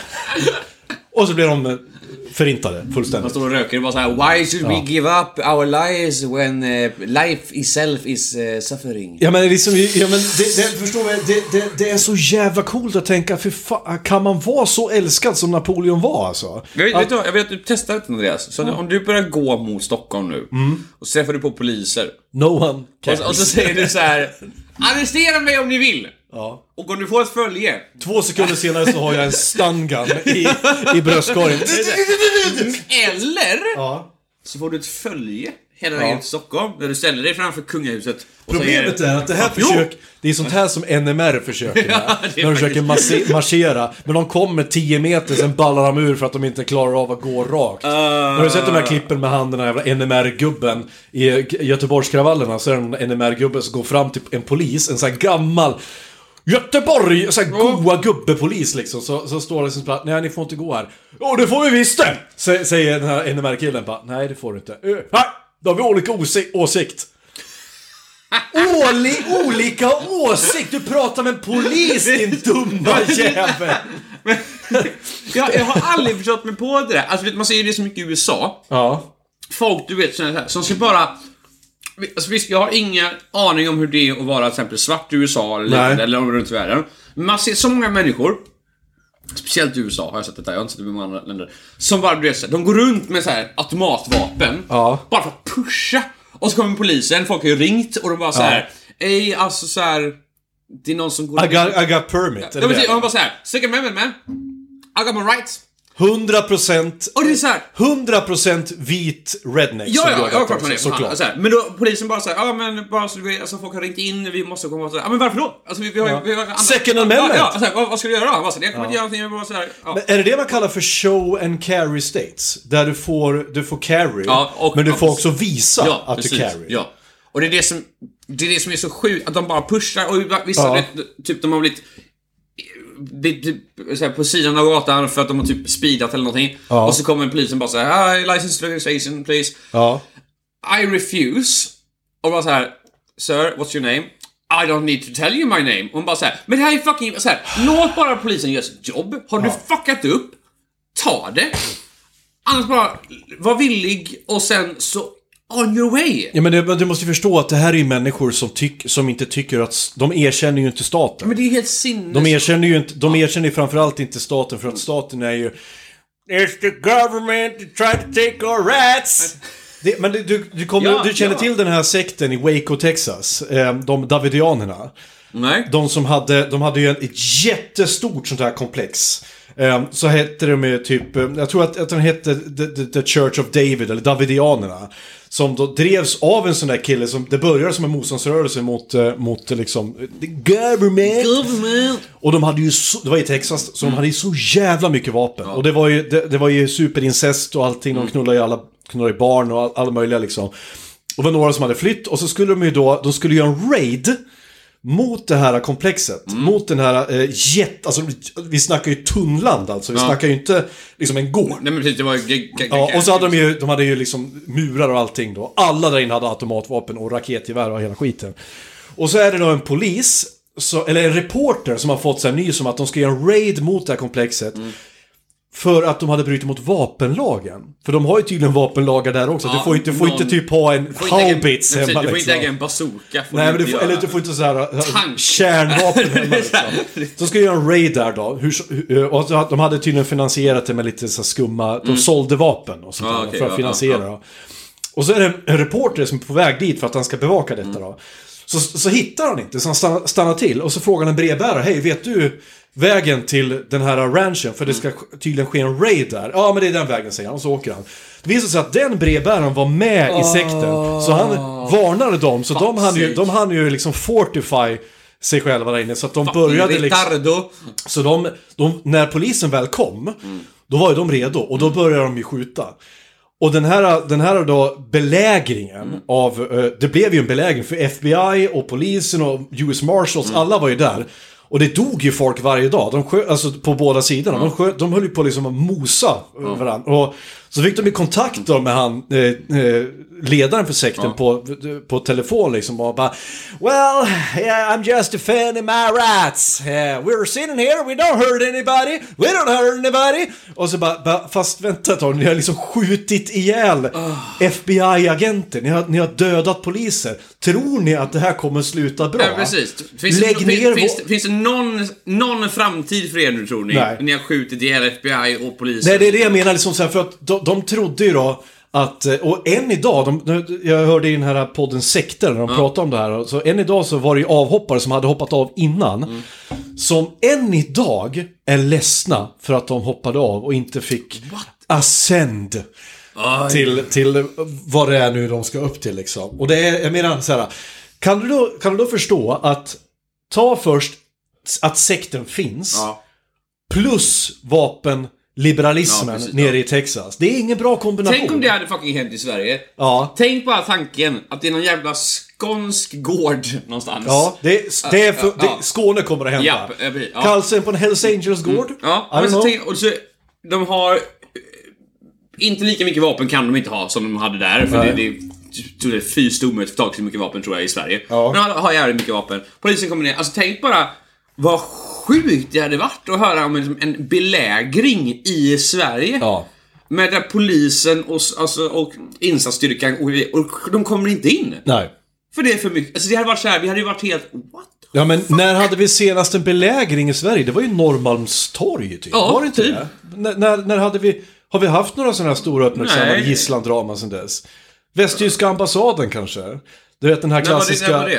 Och så blir de förintade fullständigt. Man står och röker och bara så här: why should ja. we give up our lives when uh, life itself is uh, suffering? Ja men liksom, ja, men det, det, förstår jag, det, det, det är så jävla coolt att tänka, för fan, kan man vara så älskad som Napoleon var alltså? Jag vet, att, vet du, jag vet att du testar det, Andreas. Så ja. om du börjar gå mot Stockholm nu mm. och så träffar du på poliser. No one cares. Och, och så säger du så här: arrestera mig om ni vill. Ja. Och om du får ett följe. Två sekunder senare så har jag en stun gun i, i bröstkorgen. Eller ja. så får du ett följe hela vägen ja. till Stockholm, där du ställer dig framför kungahuset. Och problemet är att det här försök, det är sånt här som N M R försöker med. Ja, när de försöker massi- marschera. Men de kommer tio meter, sen ballar de ur för att de inte klarar av att gå rakt. Uh... Har du sett de här klippen med han, den här jävla N M R-gubben i Göteborgskravallerna? Så är det en N M R-gubbe som går fram till en polis, en sån här gammal Göteborg, så här goa gubbepolis liksom. Så, så står det som att nej, ni får inte gå här. Ja, det får vi visst det, S- säger den här N M R-killen bara, nej det får du inte. uh, Nej, då har vi olika åsi- åsikt. Åli, olika åsikt. Du pratar med en polis, din dumma jävel. jag, jag har aldrig förstått mig på det där. Alltså vet, man ser ju det så mycket i U S A. Ja. Folk, du vet, så här, som ska bara... Alltså visst, jag har inga aning om hur det är att vara till exempel svart i U S A eller, eller runt världen. Men man ser så många människor, speciellt i U S A har jag sett detta, jag har inte sett det med andra länder, som bara, du vet, de går runt med så här automatvapen, ja. bara för att pusha. Och så kommer polisen, folk har ju ringt och de bara så här, ej, alltså så här, det är någon som går... I got, I got permit. Ja, men de bara så här, second amendment man, I got my rights. hundra procent Och det är så här, hundra procent vit redneck. Ja, som ja, gör ja, detta klart man är. också, såklart. Så här. Men då polisen bara säger, ja men bara så du vet, alltså folk har ringt in, vi måste komma och så här. Ja men varför då? Alltså vi, vi har ju... Ja. Vi har andra, Second amendment. Ja, ja så här, vad, vad ska du göra? Bara så, jag kommer inte göra någonting, jag bara så här, ja. Men är det det man kallar för show and carry states? Där du får, du får carry, Ja, och, men du får ja, också visa ja, att precis, du carry. Ja. Och det är det som, det är det som är så sjukt, att de bara pushar, och vissa, Ja. vet, typ de har blivit... Så här, på sidan av gatan för att de har typ speedat eller någonting. Ja. Och så kommer polisen bara så här, hi, license registration please. Ja. I refuse. Och bara så här, sir, what's your name? I don't need to tell you my name. Och hon bara så här, men det här är fucking så här, låt bara polisen göra sitt jobb. Har du fuckat upp, ta det. Annars bara var villig och sen så on your way. Ja, men det, du måste ju förstå att det här är ju människor som, tyck, som inte tycker att... De erkänner ju inte staten. Men det är helt sinnes. De erkänner ju inte, de erkänner ju framförallt inte staten, för att staten är ju... It's the government that try to take our rights. Det, men du, du, kommer, Ja, du känner ja. till den här sekten i Waco, Texas. Eh, de Davidianerna. Nej. De som hade, de hade ju ett jättestort sånt här komplex. Eh, så hette de ju typ, eh, jag tror att, att den hette the, the, the Church of David, eller Davidianerna. Som då drevs av en sån där kille som, det började som en motståndsrörelse mot, eh, mot liksom, the government. Government. Och de hade ju, så, det var i Texas, så de hade ju så jävla mycket vapen. Ja. Och det var ju, det, det var ju superincest och allting, de knullade ju alla, knullade ju barn och all, alla möjliga liksom. Och det var några som hade flytt, och så skulle de ju då, de skulle göra en raid mot det här komplexet, mm. mot den här eh, jet, alltså vi snackar ju tunnland alltså, vi ja. snackar ju inte liksom en gård. Nej men precis, det var g- g- ja, och så hade de ju, de hade ju liksom murar och allting då. Alla där inne hade automatvapen och raketgevär och hela skiten. Och så är det då en polis, så, eller en reporter som har fått sig ny som att de ska göra en raid mot det här komplexet. Mm. För att de hade brutit mot vapenlagen. För de har ju tydligen vapenlagar där också. Ja, du får inte, får någon, inte typ ha en haubits hemma. Du får liksom. inte äga en bazooka. Nej, men du får, eller du får inte så här kärnvapen hemma. Liksom. Så ska jag göra en raid där då. Hur, och de hade tydligen finansierat det med lite så skumma... Mm. De sålde vapen och sånt ah, där, okay, för att ja, finansiera. ja, ja. Och så är det en reporter som är på väg dit för att han ska bevaka detta mm. då. Så, så hittar han inte, så han stannar, stannar till. Och så frågar han en brevbärare, hej, vet du vägen till den här ranchen? För det ska tydligen ske en raid där. Ja, men det är den vägen, säger han. Och så åker han. Det visar sig att den brevbäraren var med oh. i sekten. Så han varnade dem. Så de hann ju, de hann ju liksom fortify sig själva där inne. Så att de Fucking började liksom... Så de, de, när polisen väl kom, mm. då var ju de redo. Och då började de ju skjuta. Och den här, den här då belägringen mm. av, uh, det blev ju en belägring för F B I och polisen och U S Marshals, mm. alla var ju där. Och det dog ju folk varje dag, de skö, alltså på båda sidorna. Mm. De, skö, de höll ju på liksom att mosa mm. varandra. Och så fick de ju kontakt då med han, eh, eh, ledaren för sekten mm. på, på telefon liksom. Och bara, well, yeah, I'm just defending my rights. Yeah, we're sitting here, we don't hurt anybody. We don't hurt anybody. Och så bara, bara fast vänta ett tag, ni har liksom skjutit ihjäl oh. F B I-agenter. Ni har, ni har dödat poliser. Tror ni att det här kommer sluta bra? Ja, precis. Finns Lägg det, ner finns, finns, finns det någon, någon framtid för er nu, tror ni? Nej. Ni har skjutit ihjäl F B I och polisen. Nej, det är det jag menar liksom så här, för att de, de trodde ju då att, och än idag, de, jag hörde i den här podden Sekter när de ja. pratade om det här, så än idag så var det ju avhoppare som hade hoppat av innan, mm. som än idag är ledsna för att de hoppade av och inte fick What? ascend till, till vad det är nu de ska upp till liksom. Och det är, jag menar så här, kan du då, kan du då förstå att ta först att sekten finns ja. plus vapen liberalismen ja, nere i Texas. Det är ingen bra kombination. Tänk om det hade fucking hänt i Sverige. Ja. Tänk bara tanken att det är någon jävla skånsk gård någonstans. Ja, det, det är för, det, Skåne kommer att hända. Ja, ja. Kallsen på en Hells Angels gård. Mm. Ja, men så tänk, och så, de har inte lika mycket vapen kan de inte ha som de hade där. För Nej. det, det, det är fyrstommigt för tag så mycket vapen tror jag i Sverige. Ja. Men de har jävligt mycket vapen. Polisen kommer ner. Alltså tänk bara vad sjukt det hade varit att höra om en, en belägring i Sverige. Ja. Med där polisen och, alltså, och insatsstyrkan och, och de kommer inte in. Nej. För det är för mycket. Alltså det hade varit så här, vi hade ju varit helt what? Ja, men när hade vi senast en belägring i Sverige? Det var ju Norrmalmstorg typ. Ja, var det inte typ. det? N- när, när hade vi har vi haft några sådana här stora uppmärksammade gisslandrama sedan dess? Västtyska ambassaden kanske. Du vet den här klassiska när var det, när var det?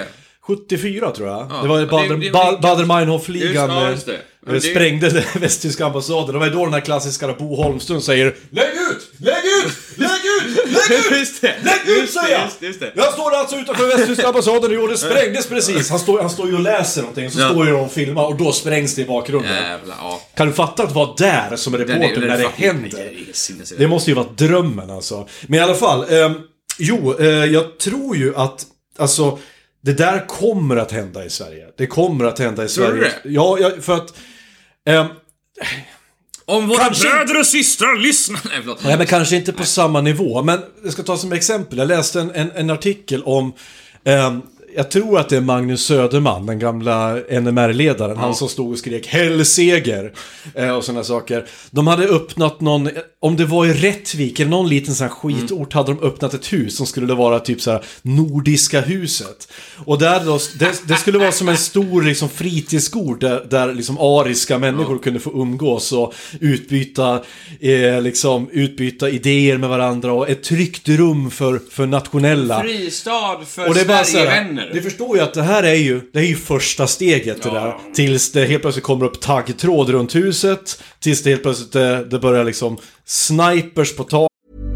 sjuttiofyra tror jag. Ja, det var det- det- Bader- Baader-Meinhof-ligan Just- ja, just det. eh, Men det- sprängde den västtyska ambassaden. Det var ju då den här klassiska Bo Holmström säger lägg ut! Lägg ut! Lägg ut! Lägg ut! Just det. Lägg ut, Just säger det, jag! just- just det. Jag står alltså utanför västtyska ambassaden och det sprängdes precis. Han står, han står ju och läser någonting, så Ja. står ju de och filmar och då sprängs det i bakgrunden. Jävlar, ja. Kan du fatta att vara där som är reporter när det fucking- händer? det är sinnes- Det måste ju vara drömmen alltså. Men i alla fall, eh, jo, eh, jag tror ju att, alltså, det där kommer att hända i Sverige. Det kommer att hända i Sverige. du det? Ja, ja, för att... Eh, Om våra Kanske- bröder och systrar lyssnar... Nej, förlåt. nej, men kanske inte på samma nivå. Men jag ska ta som exempel. Jag läste en, en, en artikel om... Eh, jag tror att det är Magnus Söderman, den gamla N M R-ledaren. Han som stod och skrek hellseger eh, och sådana saker. De hade öppnat någon, om det var i Rättvik eller någon liten sån här skitort, hade de öppnat ett hus som skulle vara typ så här Nordiska huset. Och där då, det, det skulle vara som en stor liksom fritidsgård där, där liksom ariska människor ja. kunde få umgås och utbyta eh, liksom utbyta idéer med varandra och ett tryggt rum för, för nationella. Fristad för Och det är bara så här, Sverigevänner. det förstår ju att det här är ju det är ju första steget det Ja. där, tills det helt plötsligt kommer upp taggtråd runt huset, tills det helt plötsligt det, det börjar liksom snipers på tak.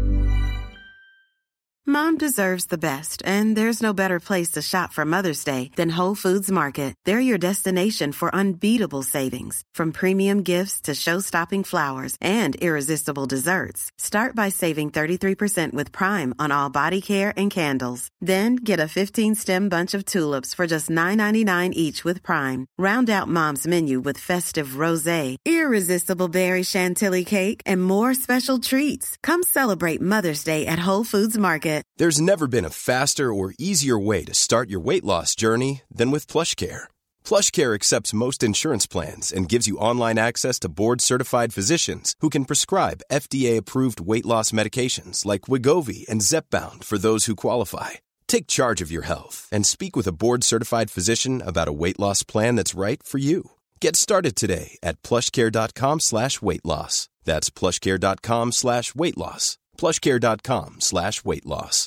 Mom deserves the best, and there's no better place to shop for Mother's Day than Whole Foods Market. They're your destination for unbeatable savings, from premium gifts to show-stopping flowers and irresistible desserts. Start by saving thirty-three percent with Prime on all body care and candles. Then get a fifteen-stem bunch of tulips for just nine ninety-nine each with Prime. Round out Mom's menu with festive rosé, irresistible berry chantilly cake, and more special treats. Come celebrate Mother's Day at Whole Foods Market. There's never been a faster or easier way to start your weight loss journey than with PlushCare. PlushCare accepts most insurance plans and gives you online access to board-certified physicians who can prescribe F D A-approved weight loss medications like Wegovy and Zepbound for those who qualify. Take charge of your health and speak with a board-certified physician about a weight loss plan that's right for you. Get started today at plushcare.com slash weight loss. That's plushcare.com slash weight loss. plushcare.com slash weight loss.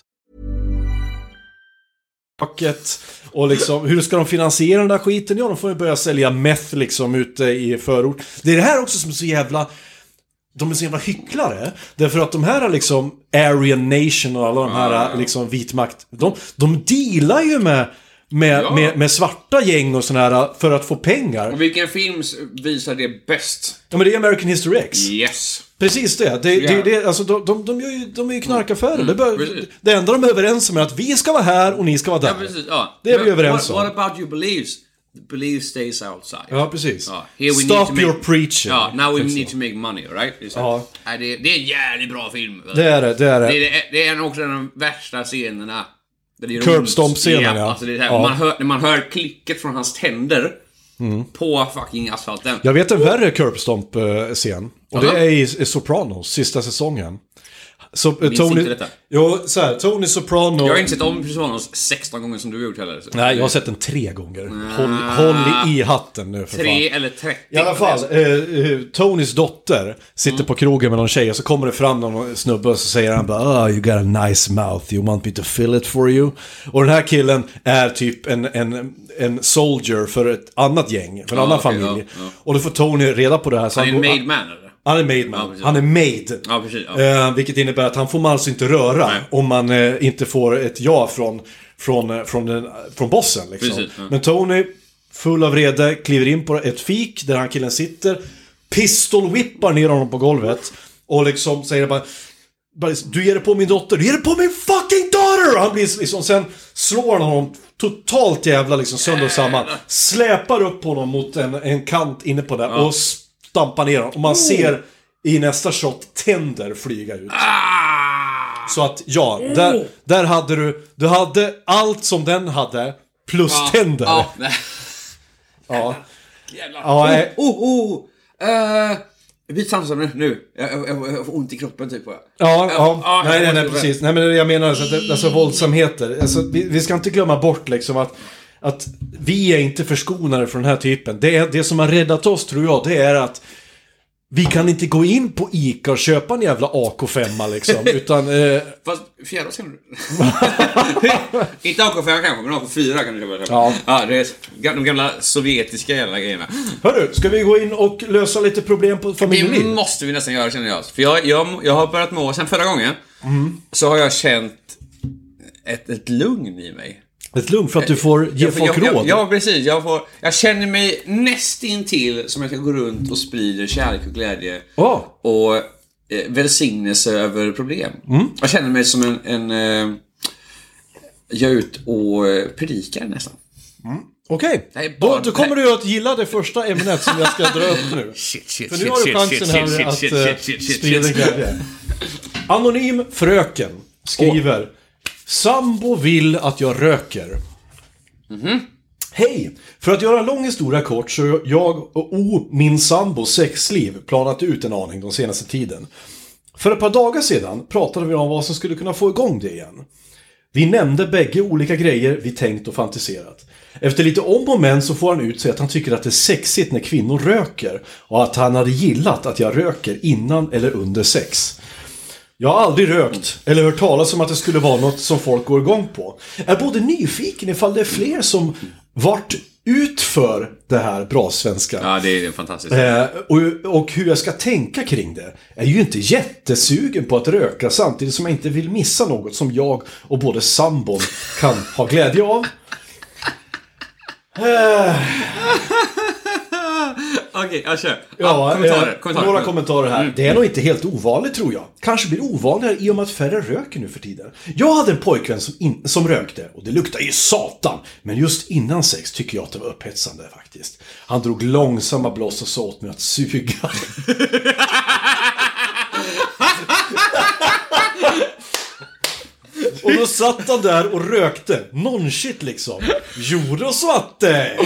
Och liksom, hur ska de finansiera den där skiten? Ja, de får ju börja sälja meth liksom ute i förort. Det är det här också som är så jävla... De är så jävla hycklare. Därför att de här liksom Aryan Nation och alla de här ja, ja. liksom vitmakt, de, de dealar ju med... Med, Ja. med, med svarta gäng och såna här för att få pengar. Och vilken film visar det bäst? Ja, men det är American History X. Yes. Precis det. Det, Ja. det, det alltså, de, de, de, gör ju, de är ju knarkaffärer. Mm, det, bör, precis. det enda de är överens om är att vi ska vara här och ni ska vara där. Ja, precis. Ja. Det är vi Men överens what, om. What about you believes? The belief stays outside. Ja, precis. Ja, here we Stop need to make- your preaching. Ja, now we Liksom. need to make money, right? Det är, så. Ja. Nej, det, det är en jävligt bra film. Det är det, det är det. Det är, det är också en av de värsta scenerna. Där det gör Curb ont. stomp-scenen, ja. Alltså det är så här, Ja. man, hör, när man hör klicket från hans tänder på fucking asfalten. Jag vet en värre Curbstomp-scen. Och det Jaha. är i, i Sopranos, sista säsongen. Så, eh, Minns Tony, inte detta. Jo, så här, Tony Soprano... Jag har inte sett om Sopranos sexton gånger som du har gjort heller. Så. Nej, jag har sett den tre gånger. Håll, håll i, i hatten nu för Tre fan. eller trettio. I alla fall, eh, eh, Tonys dotter sitter Mm. på krogen med någon tjej och så kommer det fram någon snubbe och så säger han bara oh, you got a nice mouth, you want me to fill it for you? Och den här killen är typ en, en, en soldier för ett annat gäng, för en Ja, annan okej, familj. ja, ja. Och då får Tony reda på det här. Så Han är en går- made man eller? Han är made man. Ja, precis. han är made. Ja, precis, ja. Eh, vilket innebär att han får man alltså inte röra Nej. om man eh, inte får ett ja från, från, eh, från, den, från bossen. Liksom. Precis, ja. Men Tony, full av vrede, kliver in på ett fik där han killen sitter, pistolwhippar ner honom på golvet och liksom säger bara, bara du ger det på min dotter, du ger det på min fucking daughter! Och han blir liksom, sen slår han honom totalt jävla liksom sönder och samman, släpar upp honom mot en, en kant inne på den och stampar ner honom. Och man ser i nästa shot tänder flyga ut. Ah! Så att ja, där, där hade du, du hade allt som den hade plus Ja, tänder. Ja, nej. Ja. Jävlar. Ja, eh. oh, oh, oh. Uh, vi samsar nu. nu. Jag, jag, jag, jag får ont i kroppen typ. Ja, ja. ja, nej, nej, jag nej, måste- precis. Nej, men jag menar alltså, att det, alltså våldsamheter. Alltså, vi, vi ska inte glömma bort liksom att, att vi är inte förskonade från den här typen. Det, är, det som har räddat oss, tror jag, det är att vi kan inte gå in på Ica och köpa en jävla A K fem liksom, utan... Eh... Fast fjärrås kan du... Inte A K fem kanske, men A K fyra kan du köpa. Ja. Ja, det är de gamla sovjetiska jävla grejerna. Hörru, ska vi gå in och lösa lite problem på familjeliv? Det måste vi nästan göra, känner jag. För jag, jag, jag har börjat må, sen förra gången, mm. så har jag känt ett, ett lugn i mig. Ett lugn för att du får ge jag, folk jag, råd? Ja, ja, precis. Jag, får, jag känner mig nästintill som jag kan gå runt och sprida kärlek och glädje. Oh. Och eh, välsignelse över problem. Mm. Jag känner mig som en... en eh, jag är ut och eh, predikar nästan. Mm. Okej, okay. då, då kommer du att gilla det första ämnet som jag ska dra upp nu. Shit, shit, för nu har du chansen här att sprida glädje. Anonym fröken skriver... Oh. Sambo vill att jag röker. Mm-hmm. Hej! För att göra en lång historia kort så har jag och o, min sambo sexliv planat ut en aning de senaste tiden. För ett par dagar sedan pratade vi om vad som skulle kunna få igång det igen. Vi nämnde bägge olika grejer vi tänkt och fantiserat. Efter lite om och men så får han ut sig att han tycker att det är sexigt när kvinnor röker och att han hade gillat att jag röker innan eller under sex. Jag har aldrig rökt eller hört talas om att det skulle vara något som folk går igång på. Jag är både nyfiken ifall det är fler som vart ut för det här bra svenska. Ja, det är fantastiskt. Eh, och, och hur jag ska tänka kring det. Jag är ju inte jättesugen på att röka samtidigt som jag inte vill missa något som jag och både sambon kan ha glädje av. Eh. Okej, okay, jag kör. Ja, kommentarer, eh, kommentarer. Några kommentarer här. Det är nog inte helt ovanligt, tror jag. Kanske blir ovanligare i och med att färre röker nu för tiden. Jag hade en pojkvän som, in, som rökte och det luktar ju satan. Men just innan sex tycker jag att det var upphetsande faktiskt. Han drog långsamma blås och sa åt mig att suga. Och då satt han där och rökte. Non-shit liksom. Gjorde och svatte.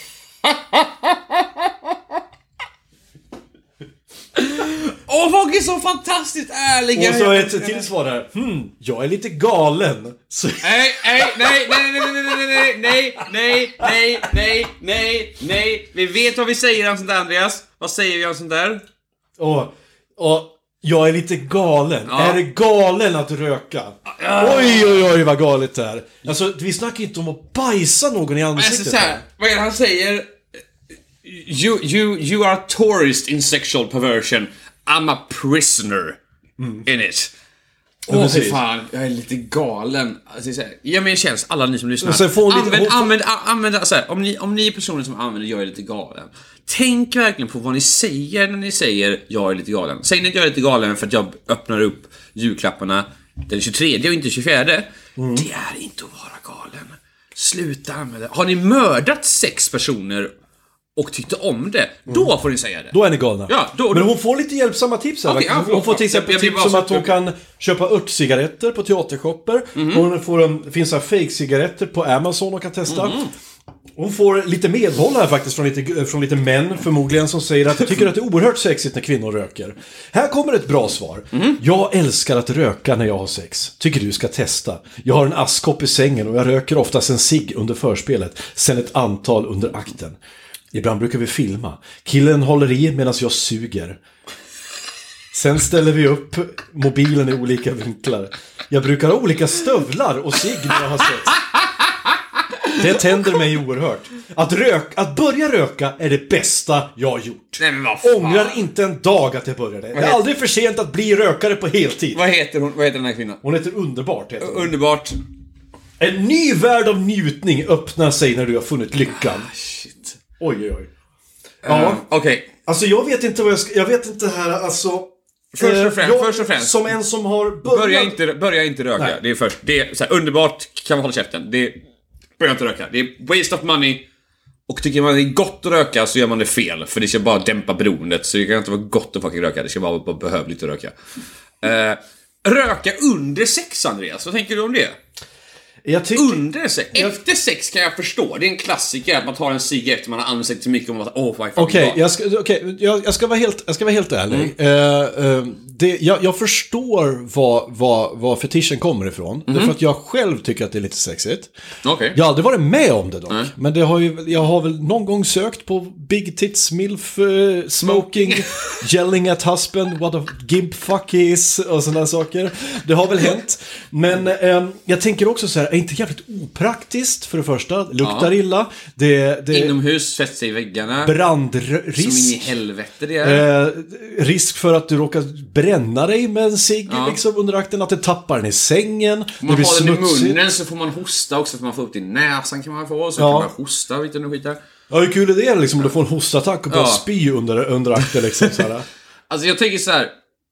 Åh, folk är så fantastiskt ärliga. Och så ett till svar här. Hmm, jag är lite galen. Så... Nej, nej, nej, nej, nej, nej, nej, nej, nej, nej, nej, nej. Vi vet vad vi säger om sånt där, Andreas. Vad säger vi om sånt där? Och, och jag är lite galen. Ja. Är det galen att röka? Ja. Oj, oj, oj, vad galet det är. Alltså, vi snackar inte om att bajsa någon i ansiktet. Alltså, så här, vad är det han säger? You, you, you are a tourist in sexual perversion. I'm a prisoner mm. in it. Åh, oh, fan, jag är lite galen. Alltså, så här, ja, men det känns, alla ni som lyssnar. Använd, lite... använd, använd, så här, om, ni, om ni är personer som använder jag är lite galen. Tänk verkligen på vad ni säger när ni säger jag är lite galen. Säg ni att jag är lite galen för att jag öppnar upp julklapparna den tjugotredje och inte tjugofjärde. Mm. Det är inte att vara galen. Sluta använda. Har ni mördat sex personer och tyckte om det, då mm. får ni säga det. Då är ni galna. Ja, då, då. Men hon får lite hjälpsamma tips här. Okay, hon får till exempel jag, jag tips som att hon kan köpa örtcigaretter på teatershopper. Mm. Hon får en, det finns fake-cigaretter på Amazon och kan testa. Mm. Hon får lite medhåll här faktiskt från lite, från lite män förmodligen som säger att jag tycker att det är oerhört sexigt när kvinnor röker. Här kommer ett bra svar. Mm. Jag älskar att röka när jag har sex. Tycker du ska testa. Jag har en askkopp i sängen och jag röker oftast en cigg under förspelet. Sen ett antal under akten. Ibland brukar vi filma. Killen håller i medan jag suger. Sen ställer vi upp mobilen i olika vinklar. Jag brukar ha olika stövlar och cigg när jag har sex. Det tänder mig oerhört. Att, rök, att börja röka är det bästa jag har gjort. Nej, men vad fan. Ångrar inte en dag att jag började. Det är aldrig för sent att bli rökare på heltid. Vad heter hon? Vad heter den här kvinnan? Hon heter Underbart. Heter hon. Underbart. En ny värld av njutning öppnar sig när du har funnit lyckan. Ah, shit. Oj, oj, oj. Ja, uh, okej. Okay. Alltså jag vet inte vad jag ska... Jag vet inte här, alltså... Först och främst, jag, först och främst. Som en som har börjat... Börja inte, börja inte röka. Nej. Det är först. Det är så här, underbart, kan man hålla käften. Det är... Börja inte röka. Det är waste of money. Och tycker man det är gott att röka så gör man det fel. För det ska bara dämpa beroendet. Så det kan inte vara gott att fucking röka. Det ska bara vara behövligt att röka. Uh, röka under sex, Andreas. Vad tänker du om det? Jag tycker... Under sex. Efter sex kan jag förstå. Det är en klassiker att man tar en cigg efter man har använt sig till mycket och man bara, åh, vad fan. Okej, jag ska, okay, jag, jag ska vara helt, jag ska vara helt ärlig. Mm. Uh, uh, det, jag, jag förstår vad, vad, vad fetischen kommer ifrån. Mm. Därför att jag själv tycker att det är lite sexigt. Okay. Jag har aldrig varit med om det dock. Mm. Men det har ju, jag har väl någon gång sökt på Big Tits, Milf, uh, Smoking, Yelling at Husband, what a gimp fuck is och sådana saker. Det har väl hänt. Men um, jag tänker också så här, är inte jävligt opraktiskt för det första. Luktar ja. illa. Det, det, Inomhus, fäst sig i väggarna. Brandrisk. Som in i helvete det är. Eh, risk för att du råkar bränna dig med en cigg ja. liksom, under akten. Att du tappar den i sängen. Om man har den i munnen så får man hosta också. För man får upp det i näsan kan man få. Så ja. kan man hosta lite och skita. Ja, hur kul är det liksom? Om du får en hostattack och bara ja. spy under, under akten liksom. Så här. Alltså jag tänker så här.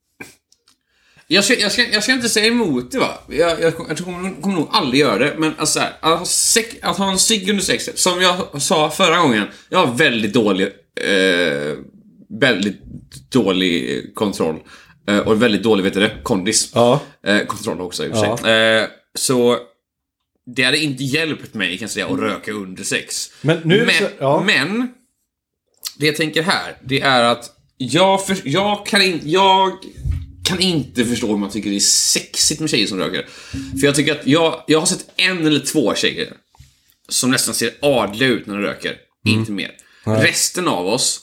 Jag ska, jag, ska, jag ska inte säga emot det va. Jag, jag, jag kommer, kommer nog aldrig göra det. Men alltså här, att, ha sex, att ha en cigg under sexet. Som jag sa förra gången. Jag har väldigt dålig eh, Väldigt dålig kontroll eh, och väldigt dålig, vet du det, kondis ja. eh, kontroll också i och för sig. Ja. Eh, Så det hade inte hjälpt mig kan jag säga att röka under sex. Men, nu men, så, ja. men det jag tänker här, det är att jag, för, jag kan inte jag kan inte förstå hur man tycker det är sexigt med tjejer som röker. För jag tycker att jag, jag har sett en eller två tjejer som nästan ser adliga ut när de röker. Mm. Inte mer. Nej. Resten av oss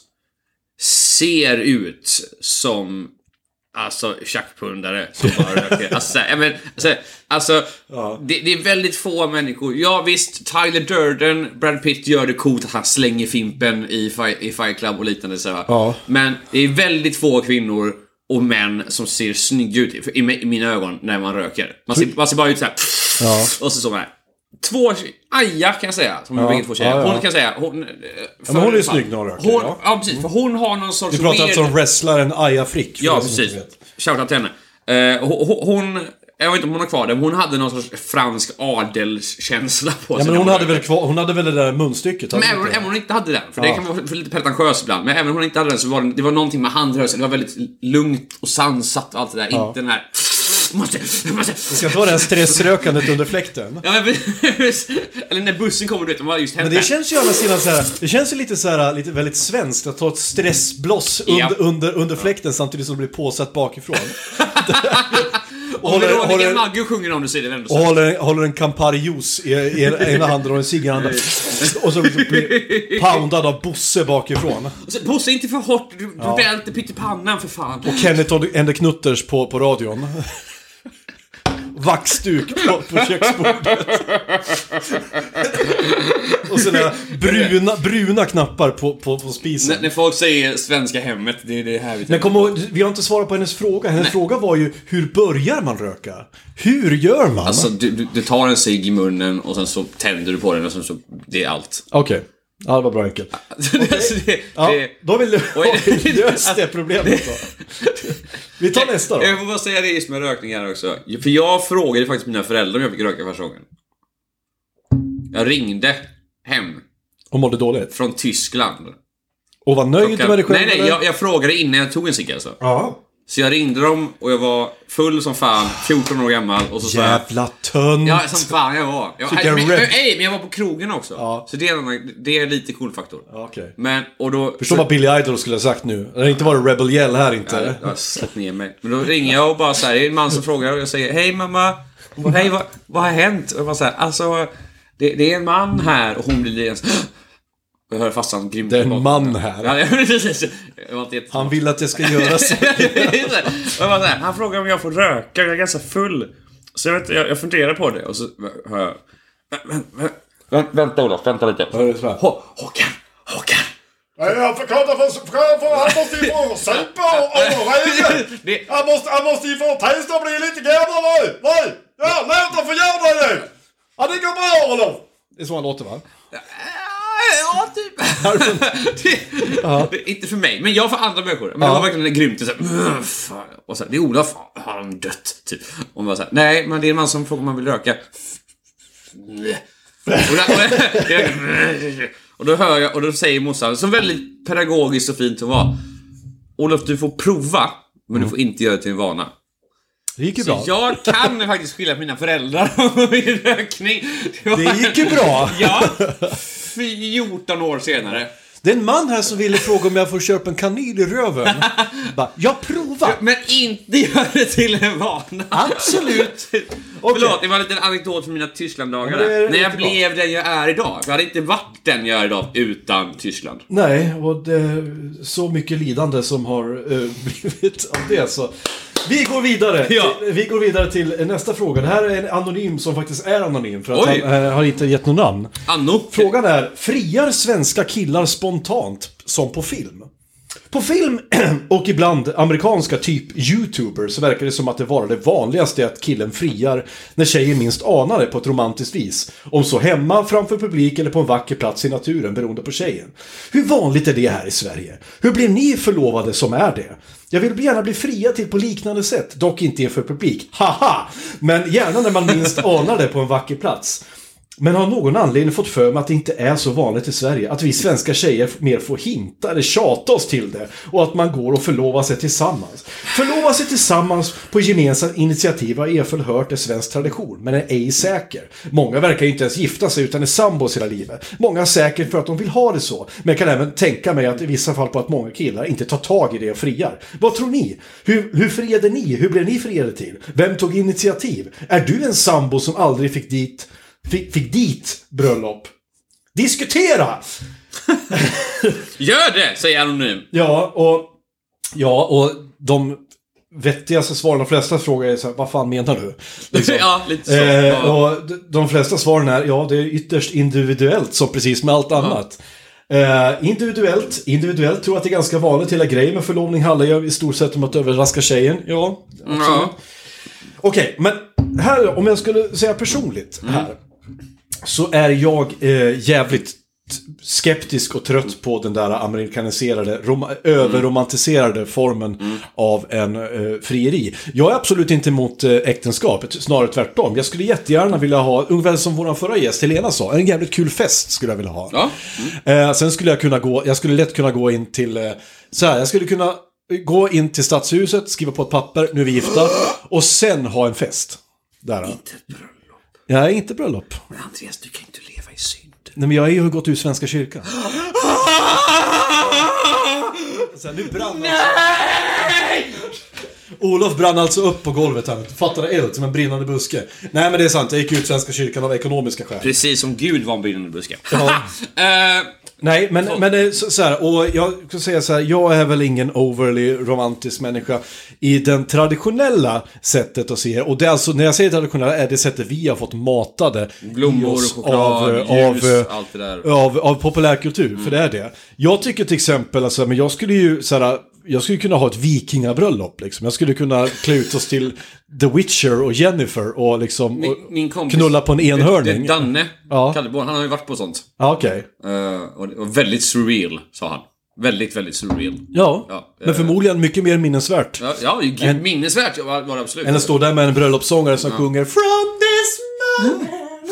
ser ut som alltså tjackpundare som bara röker. Alltså, jag men, alltså, alltså ja. det, det är väldigt få människor. Ja visst, Tyler Durden, Brad Pitt gör det coolt att han slänger fimpen i Fight, i Fight Club och liknande så. Ja. Men det är väldigt få kvinnor och män som ser snygg ut i, i mina ögon när man röker. Man ser, man ser bara ut så här. Ja. Och så så här. Två Aja kan jag säga som ja. bägge två tjejer. Hon kan jag säga hon för, men hon är ju snygg när hon röker. Hon, ja. ja precis, för hon har någon sorts. Vi pratar alltså om wrestlaren Aja Frick. Ja precis. Shoutout till henne. Uh, hon, hon jag vet inte om hon har kvar det, men hon hade någon sorts fransk adelskänsla på sig. Ja, men hon hade väl kvar, hon hade väl det där munstycket. Men även, även om hon inte hade den, för ja. det kan vara för lite pretentiös ibland, men även om hon inte hade den så var det, det var någonting med handrörelsen, det var väldigt lugnt och sansat och allt det där, ja. inte den här måste, måste. Du ska ta det här stressrökandet under fläkten. Ja, men, eller när bussen kommer, du vet, de var just men det känns ju alla sidan så här, det känns ju lite så här, lite väldigt svenskt att ta ett stressbloss ja. under, under, under fläkten samtidigt som det blir påsatt bakifrån. Och håller, håller, håller, Magge och sjunger om du säger det ändå. Och håller, håller en Campari-juice i, i ena handen och en cigg i andra. Och så blir poundad av Bosse bakifrån. Och så, Bosse, inte för hårt. Du, du ja. välter pyttipannan för fan. Och Kenneth och Ende Knutters på, på radion. Vaxduk på, på köksbordet. Och sådana bruna, bruna knappar på, på, på spisen. N- när folk säger svenska hemmet, det är det här vi Men kom ihåg, vi har inte svarat på hennes fråga. Hennes Nej. fråga var ju, hur börjar man röka? Hur gör man? Alltså, du, du, du tar en cigg i munnen och sen så tänder du på den och sen så, det är allt. Okej. Okay. Ja, det var bra enkelt. Okay. alltså, det, ja, det, då vill du lösa det problemet då. Vi tar nästa då. Jag får bara säga det just med rökningar också. För jag frågade faktiskt mina föräldrar om jag fick röka första gången. Jag ringde hem. Och mådde dåligt? Från Tyskland. Och var nöjd Klockan... med det själv? Nej, nej, jag, jag frågade innan jag tog en cigg alltså. Ja. Så jag ringde dem och jag var full som fan, fjorton år gammal. Och så jävla tönt. Ja, som fan jag var. Jag, jag men, men, ej, men jag var på krogen också. Ja. Så det är, det är lite cool faktor. Ja, okay. Men, och då... Förstår så, vad Billy Idol skulle ha sagt nu. Det har inte varit Rebel Yell här inte. Ja, jag har släppt ner mig. Men då ringer jag och bara så här, det är en man som frågar och jag säger, hej mamma. Hon bara, hej, vad, vad har hänt? Och jag bara så här, alltså, det, det är en man här. Och hon blir lite... Jag hör fast han grymt. Det är en man här. Ja, jag var inte han vill att jag ska göra så. Han frågar om jag får röka. Jag är ganska full. Så jag, vet, jag, jag funderar på det. Och så hör jag... Vä, vä, vä, vänta Olof, vänta lite. Hå, Håkan, Håkan. Jag förklarar för, förklara för han måste ju få supa och, och regel. Han måste, han måste ju få testa och bli lite gammal nu. Nej, ja, låt han få göra det nu. Ja, det går bra Olof. Det är så han låter va? Ja, typ. det, ja. Det, inte för mig, men jag för andra människor. Men ja. Det var verkligen grymt. Så här, fan. Och så här, det är Olof, har han dött? Typ. Och man så här, nej, men det är en man som frågar om man vill röka. Och, där, och då hör jag, och då säger morsan, så väldigt pedagogiskt och fint att vara. Olof, du får prova, men mm. du får inte göra det till en vana. Det gick ju Så bra. jag kan faktiskt skilja mina föräldrar om min rökning. Det, var, Det gick ju bra. Ja, fjorton år senare. Det är en man här som ville fråga om jag får köpa en kanyl i röven. Bara, jag provar. Men inte gör det till en vana. Absolut. Okay. Förlåt, det var en liten anekdot från mina Tysklanddagar. När jag blev den jag är idag. Jag hade inte varit den jag är idag utan Tyskland. Nej, och det är så mycket lidande som har uh, blivit av det. Så vi går vidare. Ja. Till, vi går vidare till nästa fråga. Det här är en anonym som faktiskt är anonym. För att Oj. han uh, har inte gett någon namn. Anno. Frågan är, friar svenska killar spontant som på film? På film och ibland amerikanska typ YouTubers så verkar det som att det var det vanligaste att killen friar när tjejen minst anar det på ett romantiskt vis. Om så hemma, framför publik eller på en vacker plats i naturen beroende på tjejen. Hur vanligt är det här i Sverige? Hur blir ni förlovade som är det? Jag vill gärna bli fria till på liknande sätt, dock inte inför publik. Haha! Men gärna när man minst anar det på en vacker plats. Men har någon anledning fått för mig att det inte är så vanligt i Sverige. Att vi svenska tjejer mer får hinta eller tjata oss till det. Och att man går och förlovar sig tillsammans. Förlova sig tillsammans på gemensamt initiativ har jag hört är svensk tradition. Men är ej säker. Många verkar inte ens gifta sig utan är sambos hela livet. Många är säkert för att de vill ha det så. Men jag kan även tänka mig att i vissa fall på att många killar inte tar tag i det och friar. Vad tror ni? Hur, hur friade ni? Hur blev ni friade till? Vem tog initiativ? Är du en sambo som aldrig fick dit... Fick, fick dit bröllop. Diskutera! Gör det, säger Anonym. Ja, och ja, och de vettigaste svaren, de flesta frågor är så här, vad fan menar du? Liksom. Ja, lite så. Eh, Ja. och de, de flesta svaren är, ja, det är ytterst individuellt, som precis med allt annat. Eh, individuellt, individuellt tror jag att det är ganska vanligt. Hela grejen med förlovning handlar ju i stort sett om att överraska tjejen. Ja, absolut. Ja. Okej, men här, om jag skulle säga personligt här, mm. så är jag eh, jävligt skeptisk och trött på den där amerikaniserade, rom- överromantiserade formen mm. av en eh, frieri. Jag är absolut inte emot eh, äktenskapet, snarare tvärtom. Jag skulle jättegärna vilja ha, ungefär som vår förra gäst Helena sa, en jävligt kul fest skulle jag vilja ha. Ja. Mm. Eh, sen skulle jag kunna gå, jag skulle lätt kunna gå in till, eh, så här, jag skulle kunna gå in till stadshuset, skriva på ett papper, nu är vi gifta, och sen ha en fest. Där. Inte ett bröllop. Ja, inte bröllop. Men Andreas, du kan inte leva i synd. Nej, men jag har ju gått ur Svenska kyrkan. Så här, nu brann Nej! Olof brann alltså upp på golvet här. Fattade eld som en brinnande buske. Nej, men det är sant. Jag gick ut Svenska kyrkan av ekonomiska skäl. Precis som Gud var en brinnande buske. Ja. uh, Nej, men, men det är så, så här, och jag kan säga så här, jag är väl ingen overly romantisk människa i den traditionella sättet att se. Och det är alltså, när jag säger traditionella, är det sättet vi har fått matade blommor, choklad, av, ljus, av, allt det där. Av, av populärkultur, mm. för det är det. Jag tycker till exempel, alltså, men jag skulle ju så här, jag skulle kunna ha ett vikingabröllop liksom. Jag skulle kunna klä ut oss till The Witcher och Jennifer och liksom min, min kompis, knulla på en enhörning. Danne, ja. Kalleborn, han har ju varit på sånt. Ja, okej. Okay. Uh, och, och väldigt surreal, sa han. Väldigt, väldigt surreal. Ja, ja men uh, förmodligen mycket mer minnesvärt. Ja, ja en, minnesvärt var, var det absolut. Än att stå där med en bröllopssångare som ja. sjunger From this moment.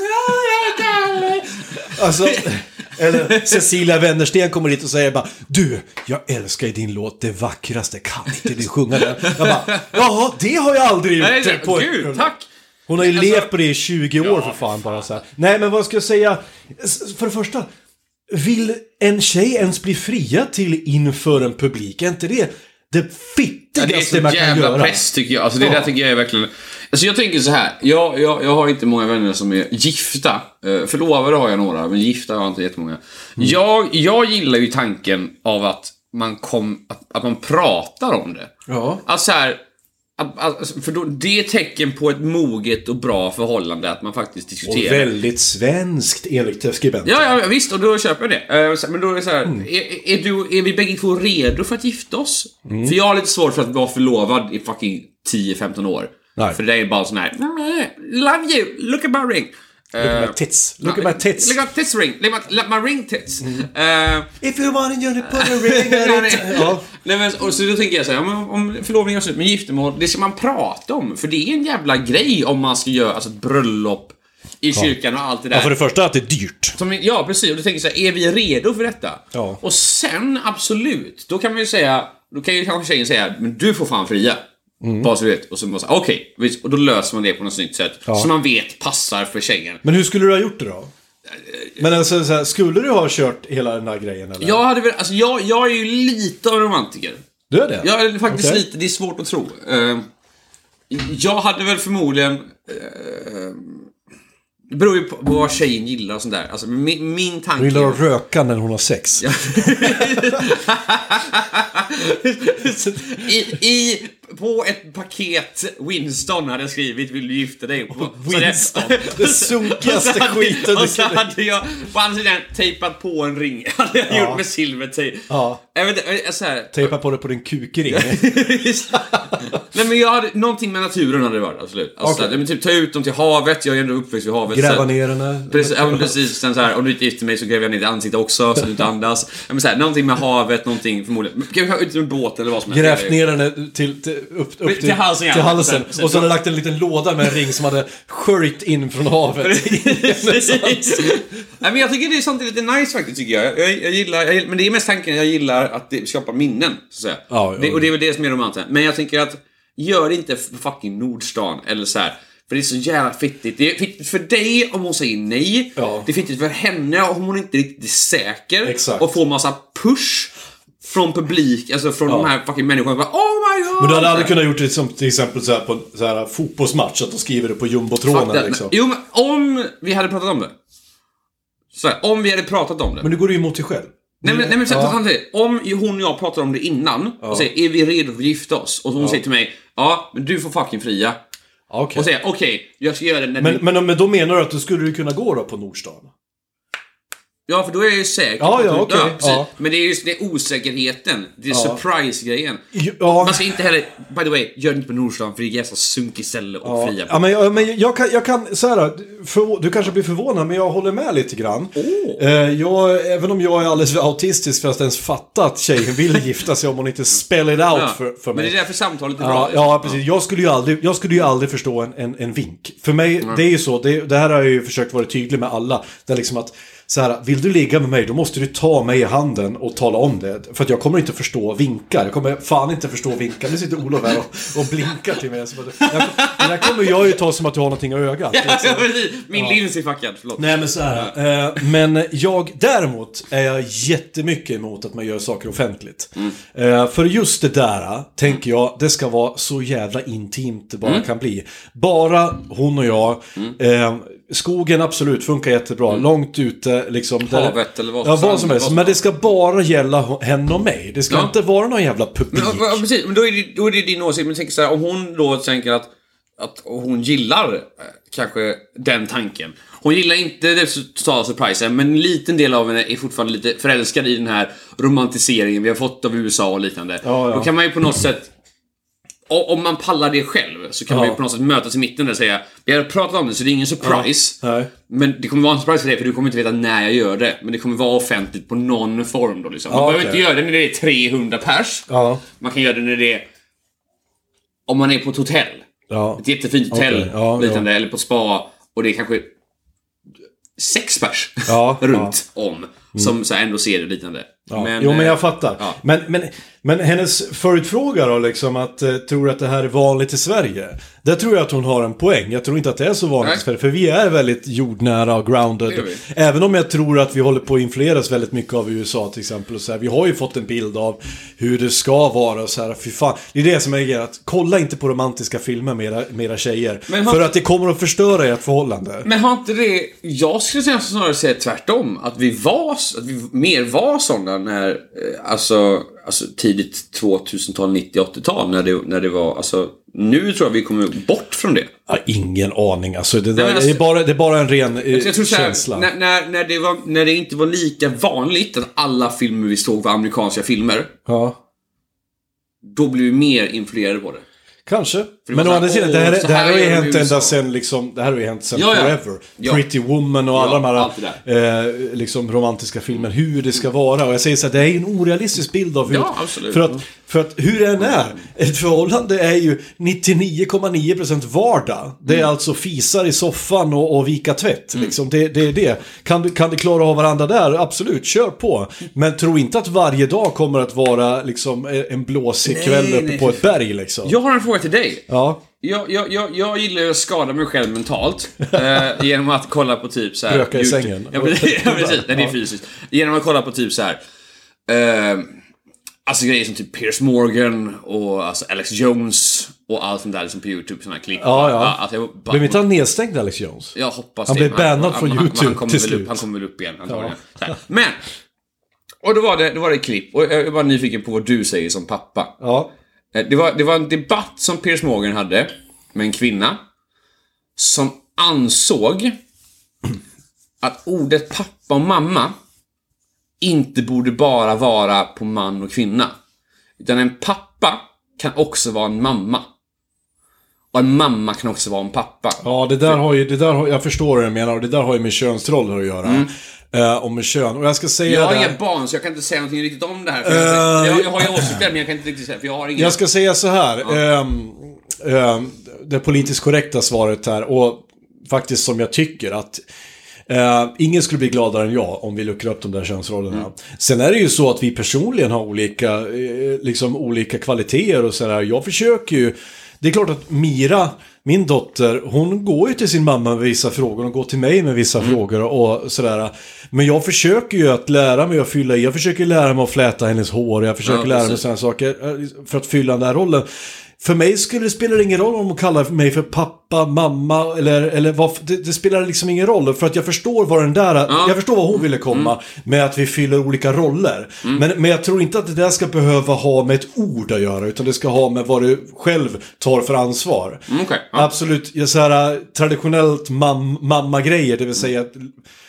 Alltså, eller Cecilia Wennersten kommer dit och säger bara, du, jag älskar din låt, det vackraste, kan inte du sjunga den? Jag bara, ja, det har jag aldrig gjort. Nej, på Gud, en... tack. Hon har ju alltså... levt på det i tjugo år ja, för fan bara så här. Nej, men vad ska jag säga? För det första, vill en tjej ens bli fria till inför en publik? Är inte det det fittigaste ja, man kan göra? Det är så jävla press tycker jag. Alltså det ja. där tycker jag är verkligen... Alltså jag tänker så här, jag, jag, jag har inte många vänner som är gifta. Förlovade har jag några, men gifta har jag inte jättemånga. Mm. Jag, jag gillar ju tanken av att man, kom, att, att man pratar om det. Ja. Alltså här, alltså, för då, det är tecken på ett moget och bra förhållande att man faktiskt diskuterar. Och väldigt svenskt enligt skribenten. Ja, ja, visst, och då köper jag det. Men då är det så här, mm. är, är, du, är vi bägge två redo för att gifta oss? Mm. För jag har lite svårt för att vara förlovad i fucking tio femton år. Nej. För det är bara sån här, love you, look at my ring. Look at my tits. Look at my tits. Look at my tits ring. Look at my, my ring tits. Mm. Uh, If you want to put a ring on it. Ja. Nej, men, och så då tänker jag så här, om, om förlovning har slut med giftermål, det ska man prata om. För det är en jävla grej om man ska göra alltså, ett bröllop i ja. kyrkan och allt det där. Ja, för det första att det är dyrt. Som, ja, precis. Och du tänker så här, är vi redo för detta? Ja. Och sen, absolut, då kan man ju säga, då kan ju kanske tjejen säga, men du får fan fria. Mm. Bara så du vet. Och så måste okej, okay, och då löser man det på något snyggt sätt. Ja. Så man vet passar för tjejen. Men hur skulle du ha gjort det då? Men alltså, så här, skulle du ha kört hela den här grejen eller? Jag hade väl, alltså jag, jag är ju lite av romantiker. Du är det? Jag är faktiskt okay. lite, det är svårt att tro. Uh, jag hade väl förmodligen... Uh, det beror ju på vad tjejen gillar och sånt där. Alltså min, min tanke... Hon gillar att röka när hon har sex. I, i, på ett paket Winston hade jag skrivit vill du gifta dig på. Winston, det sunkigaste skiten. Och så hade jag på andra sidan tejpat på en ring. Hade jag ja. gjort med silvertejp. Ja. Jag vet inte, så här. Tejpa på det på din kukring. Nej men jag hade någonting med naturen hade det varit absolut. Alltså okay. men typ ta ut dem till havet. Jag är ändå uppväxt vid havet. Gräva ner den. Precis, ja, precis sen så här om du inte gifter mig så gräver jag ner ditt ansikte också så du inte andas. Ja, men så här, någonting med havet, någonting förmodligen. Kan vi ha ut en båt eller vad som helst. Grävt ner den till, till upp, upp till, till halsen, ja. till halsen. Sen, sen, och så hade lagt en liten låda med en ring som hade sköljt in från havet. Nej men jag tycker det är samtidigt lite nice faktiskt tycker jag. Jag, jag, gillar, jag gillar men det är mest tanken jag gillar att det skapar minnen så att säga. Ja, ja, det, och det är väl det som är romantiskt. Men jag tänker att gör det inte för fucking Nordstan eller så här. För det är så jävla fittigt. Det är fittigt för dig om hon säger nej. Ja. Det är fittigt för henne om hon inte riktigt är säker. Exakt. Och får massa push från publik, alltså från ja. de här fucking människorna. Bara, oh my god! Men du hade aldrig kunnat gjort det som till exempel så här på så här fotbollsmatch att de skriver det på jumbotronen liksom. Jo, men om vi hade pratat om det. Så här, om vi hade pratat om det. Men du går ju emot dig själv. Nej men, nej, men ja. samtidigt, om hon och jag pratar om det innan ja. och säger, är vi redo för att gifta oss? Och hon ja. säger till mig, ja, men du får fucking fria. Okay. Och säger, okej, okay, jag ska göra det när men, du... men, men då menar du att du skulle kunna gå då på Nordstan? Ja, för då är jag ju säker ja, på ja, att okay. ja, ja. Men det är just det osäkerheten. Det är ja. surprise-grejen. Ja. Man ska inte heller, by the way, gör det inte på Nordstan för det är ganska sunkig ställe och ja. fria. Ja, men, jag, men jag kan, jag kan så här, för, du kanske blir förvånad, men jag håller med lite grann. Oh. Eh, jag, även om jag är alldeles för autistisk för att ens fatta att tjejen vill gifta sig om hon inte spell it out ja. för, för mig. Men det är därför samtalet är ja, bra. Ja, precis. Jag skulle ju aldrig, jag skulle ju aldrig förstå en, en, en vink. För mig, mm. det är ju så, det, det här har jag ju försökt vara tydlig med alla. Det är liksom att så här, vill du ligga med mig, då måste du ta mig i handen och tala om det. För att jag kommer inte förstå vinkar. Jag kommer fan inte förstå vinkar. Nu sitter Olof här och, och blinkar till mig. Jag, det där kommer jag ju ta som att du har någonting i ögat. Ja, min ja. lins är fuckad, förlåt. Nej, men så här. Ja. Eh, men jag, däremot är jag jättemycket emot att man gör saker offentligt. Mm. Eh, för just det där, tänker jag, det ska vara så jävla intimt det bara mm. kan bli. Bara hon och jag... Mm. Eh, skogen absolut funkar jättebra. Mm. Långt ute liksom, havet eller vad som, ja, vad som helst. Men det ska bara gälla henne och mig. Det ska ja. inte vara någon jävla publik. Men, ja, precis. Men då är det, då är det din åsikt. Men tänk så här, om hon då tänker att, att hon gillar eh, kanske den tanken. Hon gillar inte det totala surprisen, men en liten del av henne är fortfarande lite förälskad i den här romantiseringen vi har fått av U S A och liknande. Ja, ja. Då kan man ju på något sätt, om man pallar det själv, så kan ja. man ju på något sätt mötas i mitten och säga, vi har pratat om det så det är ingen surprise. Ja. Men det kommer vara en surprise för dig, för du kommer inte veta när jag gör det. Men det kommer vara offentligt på någon form då liksom. Man ja, behöver okay. inte göra det när det är trehundra pers. Ja. Man kan göra det när det är, om man är på ett hotell. Ja. Ett jättefint hotell okay. ja, liknande, ja. eller på ett spa. Och det är kanske sex pers ja, runt ja. om mm. som så här ändå ser det liknande. Ja. Men, jo, men jag fattar. Ja. Men, men, men hennes förutfråga då liksom att eh, tror att det här är vanligt i Sverige. Där tror jag att hon har en poäng. Jag tror inte att det är så vanligt Nej. i Sverige. För vi är väldigt jordnära och grounded. Vi. Även om jag tror att vi håller på att influeras väldigt mycket av U S A till exempel. Och så här, vi har ju fått en bild av hur det ska vara. Och så här, fy fan. Det är det som är att kolla inte på romantiska filmer med era, med era tjejer. Har... För att det kommer att förstöra ert förhållande. Men har inte det... Jag skulle säga snarare säga tvärtom. Att vi var, att vi mer var sådana när... Alltså... Alltså tidigt tvåtusental, nittio, åttiotal när det, när det var, alltså nu tror jag vi kommer bort från det. Ja, ingen aning, alltså det, där, Nej, alltså, det, är, bara, det är bara en ren eh, jag tror känsla. Här, när, när, när, det var, när det inte var lika vanligt att alla filmer vi såg var amerikanska filmer, ja. då blev vi mer influerade på det. Kanske. Men å andra sidan, det här, så det här har ju hänt U S A. ända sen liksom, det här har ju hänt sen Ja, ja. forever. Ja. Pretty Woman och Ja, alla de allt det här eh, liksom romantiska filmer, hur det ska vara. Och jag säger så här, det är ju en orealistisk bild av hur... Ja, absolut. För att, för att hur den är, ett förhållande är ju nittionio komma nio procent vardag. Det är Mm. alltså fisar i soffan och, och vika tvätt. Liksom. Det, det är det. Kan du, kan du klara av varandra där? Absolut, kör på. Men tro inte att varje dag kommer att vara liksom, en blåsig kväll Nej, uppe nej. på ett berg. Liksom. Jag har en fråga till dig. Ja. Jag, jag, jag, jag gillar att skada mig själv mentalt eh, genom att kolla på typ så här Röka i YouTube. sängen. Ja, precis. Ja, precis. Nej, det är fysiskt. Genom att kolla på typ så här eh, alltså grejer som typ Piers Morgan och alltså Alex Jones och allt sånt där liksom på YouTube, såna här klipp. Ja, ja. Att jag bara, Blev inte han nedstängd, Alex Jones? jag hoppas Han det. blev bannad från han, YouTube han kommer till väl slut. upp, Han kommer väl upp igen antagligen. Så här. Men och då var det då var det ett klipp och jag var nyfiken på vad du säger som pappa. Ja. Det var, det var en debatt som Piers Morgan hade med en kvinna som ansåg att ordet pappa och mamma inte borde bara vara på man och kvinna. Utan en pappa kan också vara en mamma. Och en mamma kan också vara en pappa. Ja, det där har ju, det där har, jag förstår vad jag menar, och det där har ju med könsroller att göra. Mm. Uh, och med kön. Och jag ska säga Jag har där, inga barn så jag kan inte säga någonting riktigt om det här. För jag, jag, jag har ju åsikter men jag kan inte riktigt säga för jag har inga... Jag ska säga så här. Ja. Um, um, det politiskt korrekta svaret här, och faktiskt som jag tycker att Uh, ingen skulle bli gladare än jag om vi luckrar upp de där könsrollerna. Mm. Sen är det ju så att vi personligen har olika, eh, liksom olika kvaliteter och sådär. Jag försöker ju, det är klart att Mira, min dotter, hon går ju till sin mamma med vissa frågor och går till mig med vissa mm. frågor och sådär. Men jag försöker ju att lära mig att fylla i. Jag försöker lära mig att fläta hennes hår. Jag försöker ja, lära mig sådana saker för att fylla den där rollen. För mig skulle det spela ingen roll om de kallar mig för pappa, mamma eller, eller vad, det, det spelar liksom ingen roll. För att jag förstår vad den där, ja. jag förstår vad hon ville komma mm. med att vi fyller olika roller. Mm. Men, men jag tror inte att det där ska behöva ha med ett ord att göra, utan det ska ha med vad du själv tar för ansvar. Mm, okay. ja. Absolut, jag så här, traditionellt mam, mamma-grejer, det vill säga att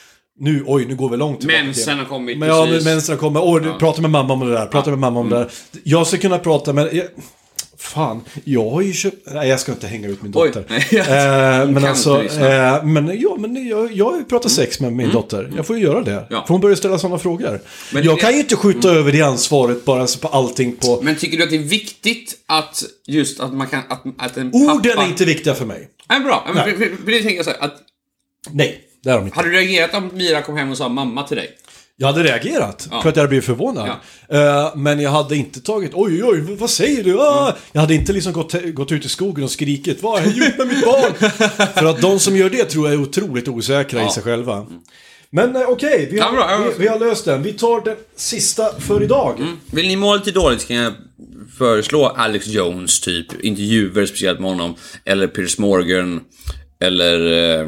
nu, oj, nu går vi långt tillbaka. Mensen har kommit, men, ja, men mensen har kommit. Oj, ja. prata med mamma om det där, prata ja. med mamma om mm. det där. Jag ska kunna prata med... Jag, fan, jag har ju köpt... Nej, jag ska inte hänga ut min dotter. Oj, nej, eh, men alltså... Eh, men ja, men jag, jag har ju pratat sex med min mm. dotter. Jag får ju göra det. Ja. För hon börjar ställa sådana frågor. Men jag det... kan ju inte skjuta mm. över det ansvaret bara på allting på... Men tycker du att det är viktigt att just att man kan... Att, att en Orden pappa... är inte viktiga för mig. Nej, bra. Men för, för, för det tänker jag så här, att... Nej, det är de inte. Hade du reagerat om Mira kom hem och sa mamma till dig? Jag hade reagerat ja. för att jag hade blivit förvånad. Ja. Uh, men jag hade inte tagit, oj, oj, vad säger du? Ah! Mm. Jag hade inte liksom gått, gått ut i skogen och skrikit, vad har jag gjort med mitt barn? För att de som gör det tror jag är otroligt osäkra ja. i sig själva. Mm. Men uh, okej, okay, vi, ja, vi, vi har löst den. Vi tar den sista för idag. Mm. Vill ni må lite dåligt kan jag föreslå Alex Jones typ, intervjuer speciellt med honom. Eller Piers Morgan. Eller... Uh...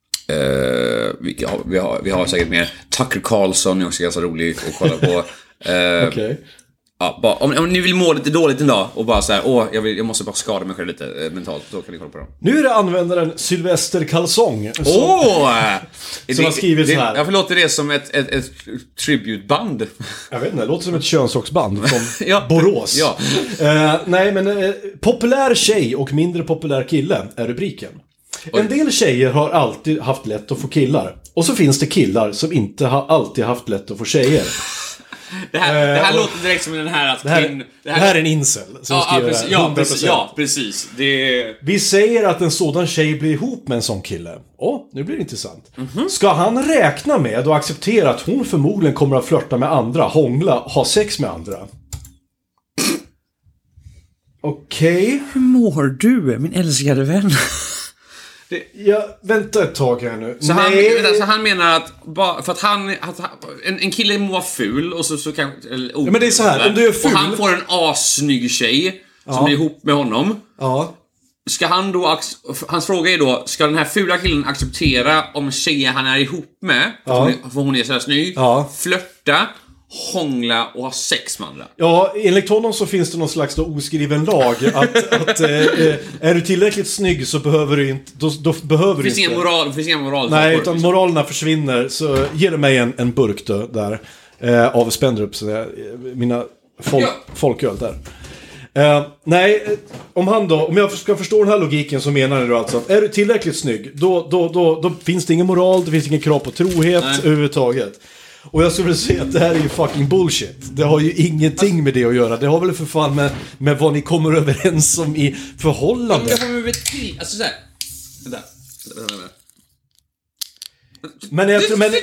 Uh, vi, har, vi, har, vi har säkert mer Tucker Carlson är också ganska rolig att kolla på. uh, okay. ja, bara, om, om ni vill må lite dåligt en dag och bara så här, åh, jag, vill, jag måste bara skada mig själv lite uh, mentalt, då kan ni kolla på dem. Nu är det användaren Sylvester Kalsong som, oh! som har skrivit det, så här. Jag förlåter det som ett, ett, ett tributeband. Jag vet inte, det låter som ett könsrocksband från ja. Borås. Ja. Uh, nej, men uh, populär tjej och mindre populär kille är rubriken. Oj. En del tjejer har alltid haft lätt att få killar. Och så finns det killar som inte har alltid haft lätt att få tjejer. Det här, det här uh, låter direkt som den här att det här, kvinn, det, här, det här är en incel som ja, skriver precis, ja, precis, ja, precis. Det... Vi säger att en sådan tjej blir ihop med en sån kille. Åh, nu blir det intressant. Mm-hmm. Ska han räkna med och acceptera att hon förmodligen kommer att flirta med andra, hångla, ha sex med andra? Okej. Okay. Hur mår du, min älskade vän? Det, ja, vänta ett tag här nu. Så, han, så han menar att bara, för att han att en, en kille må vara ful och så, så kan eller, oh, ja, men det är så här, om du är ful och han får en assnygg tjej ja. som är ihop med honom. Ja. Ska han då hans fråga är då, ska den här fula killen acceptera om tjejen han är ihop med ja. för, hon är, för hon är så här snygg, ja. flörta, hångla och ha sex med andra? Ja, enligt honom så finns det någon slags då oskriven lag att, att eh, är du tillräckligt snygg så behöver du inte då, då behöver finns du inte. Ingen moral, finns ingen moral. Nej, utan liksom. Moralerna försvinner. Så ger du mig en, en burk då, där eh, av Spendrup så jag, mina folk, ja. folköl där. Uh, nej, om han då, om jag ska förstå den här logiken så menar du alltså att är du tillräckligt snygg, då, då, då, då finns det ingen moral, det finns ingen krav på trohet nej. överhuvudtaget. Och jag skulle säga att det här är ju fucking bullshit. Det har ju ingenting med det att göra. Det har väl för fan med, med vad ni kommer överens om i förhållande. Jag kommer över till, alltså såhär. Vänta. Men jag, men,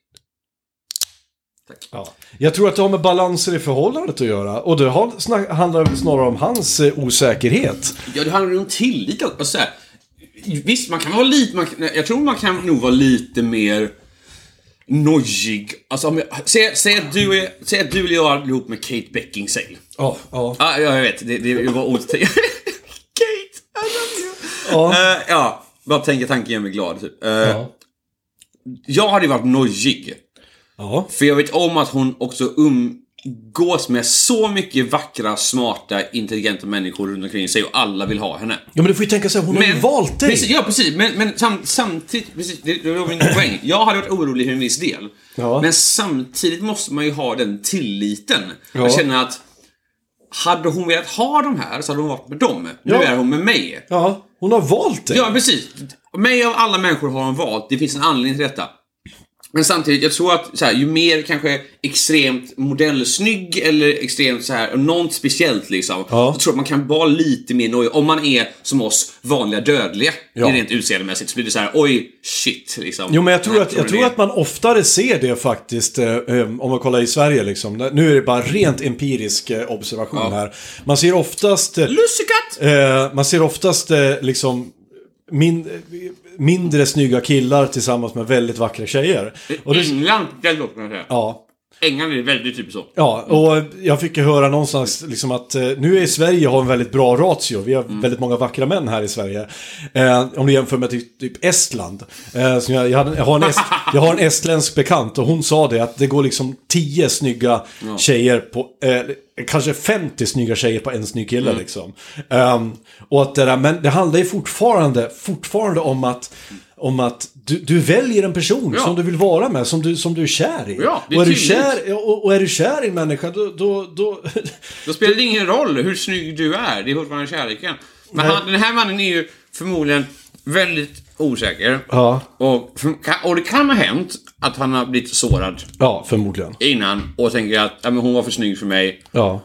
Tack. Ja. Jag tror att det har med balanser i förhållandet att göra. Och det har, snack, handlar snarare om hans eh, osäkerhet. Ja, det handlar om tillit också. Så här, visst, man kan vara lite... Man, jag tror man kan nog vara lite mer nojig. Alltså, om jag, säg, säg, att du är, säg att du och jag är ihop med Kate Beckinsale. Ja, ja. Ja, jag vet. Det, det var ordet. Kate, I love you. Ja. Uh, ja, bara tänka tanken gör mig glad. Typ. Uh, ja. Jag hade varit nojig. Ja. För jag vet om att hon också umgås med så mycket vackra, smarta, intelligenta människor runt omkring sig och alla vill ha henne. Ja, men du får ju tänka så här, hon men, har ju valt dig. Precis, ja, precis. Men, men sam, samtidigt, precis, det, det var min poäng. Jag hade varit orolig för en viss del. Ja. Men samtidigt måste man ju ha den tilliten. Ja. Jag känner att hade hon velat ha de här så hade hon varit med dem. Nu ja. är hon med mig. Ja, hon har valt dig. Ja, precis. Mig av alla människor har hon valt. Det finns en anledning till detta. Men samtidigt, jag tror att så här, ju mer kanske extremt modellsnygg eller extremt så här, något speciellt liksom, ja. Så tror jag att man kan vara lite mer nöjd. Om man är som oss vanliga dödliga, ja. Rent utseendemässigt, så blir det så här, oj, shit liksom. Jo, men jag tror, att, jag tror att man oftare ser det faktiskt, eh, om man kollar i Sverige liksom. Nu är det bara rent empirisk eh, observation ja. här. Man ser oftast... Eh, eh, man ser oftast eh, liksom... Min, mindre snygga killar tillsammans med väldigt vackra tjejer. Och det, England, det låter man säga. Ja. England är väldigt typ så. Ja, och jag fick ju höra någonstans liksom att nu är i Sverige har en väldigt bra ratio. Vi har mm. väldigt många vackra män här i Sverige. Eh, om du jämför med typ, typ Estland. Eh, så jag, jag, hade, jag, har en est, jag har en estländsk bekant och hon sa det att det går liksom tio snygga ja. tjejer på... Eh, kanske femtio snygga tjejer på en snygg kille mm. liksom. Um, och att det där, men det handlar ju fortfarande fortfarande om att om att du, du väljer en person ja. som du vill vara med, som du som du är kär i. Ja, är och är du kär och, och är du kär i en människa då då då, då spelar det ingen roll hur snygg du är. Det är fortfarande kärleken. Men han, den här mannen är ju förmodligen väldigt osäker. Ja. Och, och det kan ha hänt att han har blivit sårad. Ja, förmodligen. Innan. Och tänker att ja, men hon var för snygg för mig. Ja.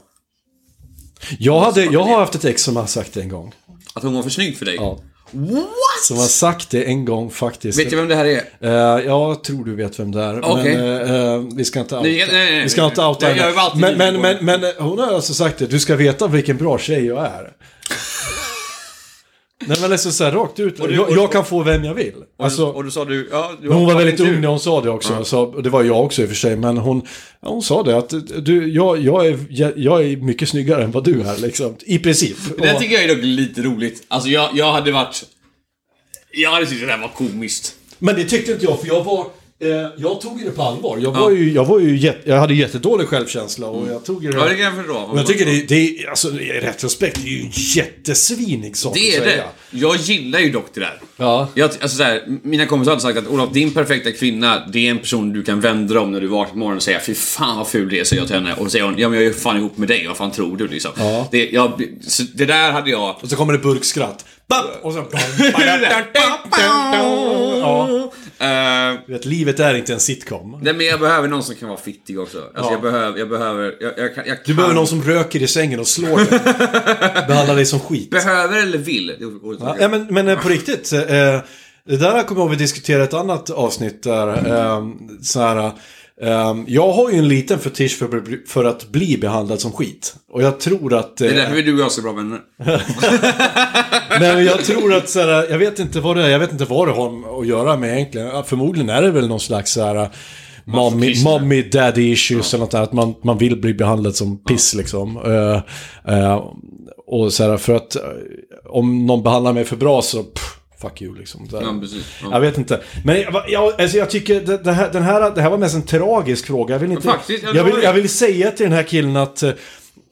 Jag, hade, jag har haft ett ex som har sagt det en gång. Att hon var för snygg för dig? Ja. What? Som har sagt det en gång faktiskt. Vet du vem det här är? Uh, jag tror du vet vem det är. Okay. Men uh, vi ska inte outa. Nej, nej, nej, vi ska inte outa henne. Men, men, men, men hon har alltså sagt det. Du ska veta vilken bra tjej jag är. Nej, men det är så här rakt ut. Du, jag, jag kan få vem jag vill. Och, alltså, och du sa du... Ja, du hon var väldigt ung när hon sa det också. Ja. Så, och det var jag också i och för sig. Men hon, ja, hon sa det att du, jag, jag, är, jag är mycket snyggare än vad du är. Liksom, i princip. Det och, tycker jag är dock lite roligt. Alltså jag, jag hade varit... Jag hade tyckt att det där var komiskt. Men det tyckte inte jag, för jag var... Eh, jag tog det på allvar. Jag var ja. ju, jag var ju jätt, jag hade jättedålig självkänsla och jag tog det. Ja, det kan jag förstå. Men jag tycker det, det är alltså i retrospekt det är ju en jättesvinig sak det är att säga. Det. Jag gillar ju dock det där. Ja. Jag, alltså så här, mina kompisar har sagt att Olof, din perfekta kvinna, det är en person du kan vända om när du vaknar på morgonen och säga fy fan vad ful det är, säger jag till henne. Och så säger hon, ja men jag är ju fan ihop med dig, vad fan tror du liksom. Ja. Det, jag, så det där hade jag. Och så kommer det burkskratt. Och så... ja. Uh, vet, livet är inte en sitcom. Nej, men jag behöver någon som kan vara fittig också. Alltså ja. jag behöver, jag behöver jag, jag, jag, jag Du kan... behöver någon som röker i sängen och slår dig. Behandlar dig som skit. Behöver eller vill. Ja, ja, men, men på riktigt eh, det där kommer vi diskutera ett annat avsnitt där eh, så här. Um, jag har ju en liten fetisch för, för att bli behandlad som skit. Och jag tror att... Eh, det är därför du och jag så bra vänner. Nej, men jag tror att så här, jag vet inte vad det är. Jag vet inte vad det har att göra med egentligen. Förmodligen är det väl någon slags så här, mommy, mommy daddy issues ja. eller något där. Att man, man vill bli behandlad som piss ja. liksom. Uh, uh, och så här, för att uh, om någon behandlar mig för bra så... Pff, fuck you liksom. Ja, precis. Ja. Jag vet inte. Men jag, alltså jag tycker det, det, här, den här, det här var mest en tragisk fråga. Jag vill inte... Faktiskt, jag, jag, vill, jag vill säga till den här killen att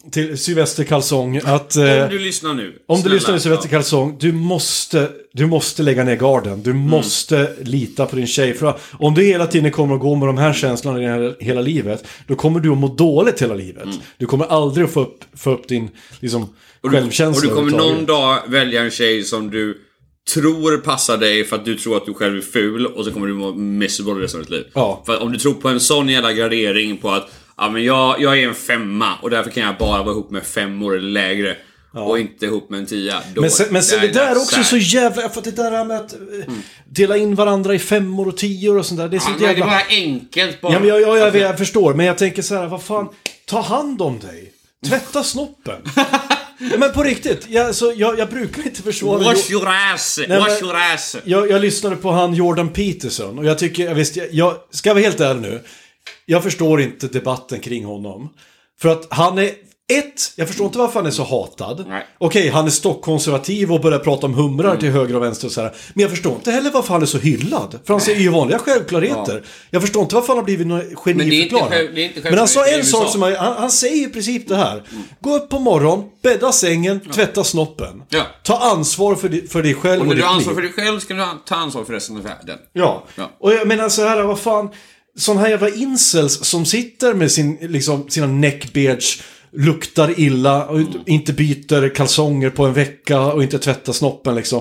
till Sylvester Kalsong att... Eh, om du lyssnar nu. Om snälla, du lyssnar till Sylvester ja. Kalsong, du måste, du måste lägga ner garden. Du måste mm. lita på din tjej. För om du hela tiden kommer att gå med de här känslorna hela, hela livet, då kommer du att må dåligt hela livet. Mm. Du kommer aldrig att få upp, få upp din liksom, och du, självkänsla. Och du kommer någon dag välja en tjej som du tror passar dig för att du tror att du själv är ful, och så kommer du må miserable resten av ditt liv. Ja. För om du tror på en sån jävla gradering på att ja, men jag, jag är en femma och därför kan jag bara vara ihop med fem år eller lägre. Ja. Och inte ihop med en tia. Då, men sen, men sen det, det där är också så, så jävla... För att det där med att mm. dela in varandra i femmor och tior och sånt där. Det är så ja, jävla... Det är bara enkelt. Bara. Ja, men jag, jag, jag, jag förstår. Men jag tänker så här, vad fan... Ta hand om dig. Tvätta snoppen. Ja, men på riktigt. Jag, så, jag, jag brukar inte försvara... Wash your ass. Nej, Wash your ass. Jag, jag lyssnade på han Jordan Peterson. Och jag tycker... Jag, visst, jag, jag ska vara helt ärlig nu. Jag förstår inte debatten kring honom. För att han är... Ett, jag förstår inte varför han är så hatad. Nej. Okej, han är stockkonservativ och börjar prata om humrar mm. till höger och vänster och så här. Men jag förstår inte heller varför han är så hyllad. För han säger ju vanliga självklarheter. Ja. Jag förstår inte varför han har blivit någon geniförklarad. Men, det är inte Men han sa en sak som... Han, han säger i princip det här. Mm. Gå upp på morgon, bädda sängen, ja. tvätta snoppen. Ja. Ta ansvar för, di, för dig själv och, och ditt liv. Och när du har ansvar liv. för dig själv ska du ta ansvar för resten av världen. Ja. ja. Och jag menar så här, vad fan... Sån här jävla incels som sitter med sin, liksom, sina neckbeards, luktar illa och mm. inte byter kalsonger på en vecka och inte tvättar snoppen liksom.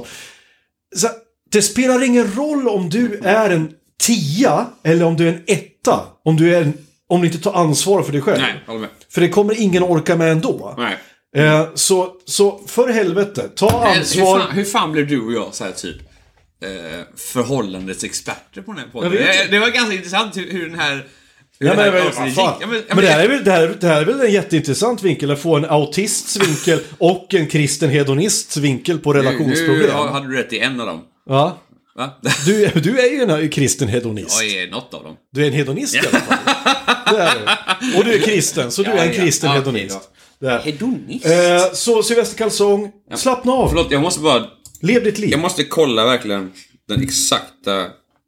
Så det spelar ingen roll om du är en tia eller om du är en etta. Om du, är en, om du inte tar ansvar för dig själv. Nej, håller med. För det kommer ingen orka med ändå. Nej. Eh, så, så för helvete, ta ansvar. Hur fan, hur fan blir du och jag så här typ eh, förhållandets experter på den här podden? Det, det var ganska intressant hur, hur den här... Ja, men, men, ja, men, ja, men, men det, här är väl, det, här, det här är väl en jätteintressant vinkel att få en autists vinkel och en kristen hedonists vinkel på relationsproblem. Nu, nu hade du rätt i en av dem. Ja. Va? Du, du är ju en kristen hedonist. Jag är något av dem. Du är en hedonist i alla fall. Det är du. Och du är kristen, så du ja, är en kristen ja, hedonist. Okay, hedonist? Eh, så Sylvester Kalsong, ja. slappna av. Förlåt, jag måste bara... Lev ditt liv. Jag måste kolla verkligen den exakta...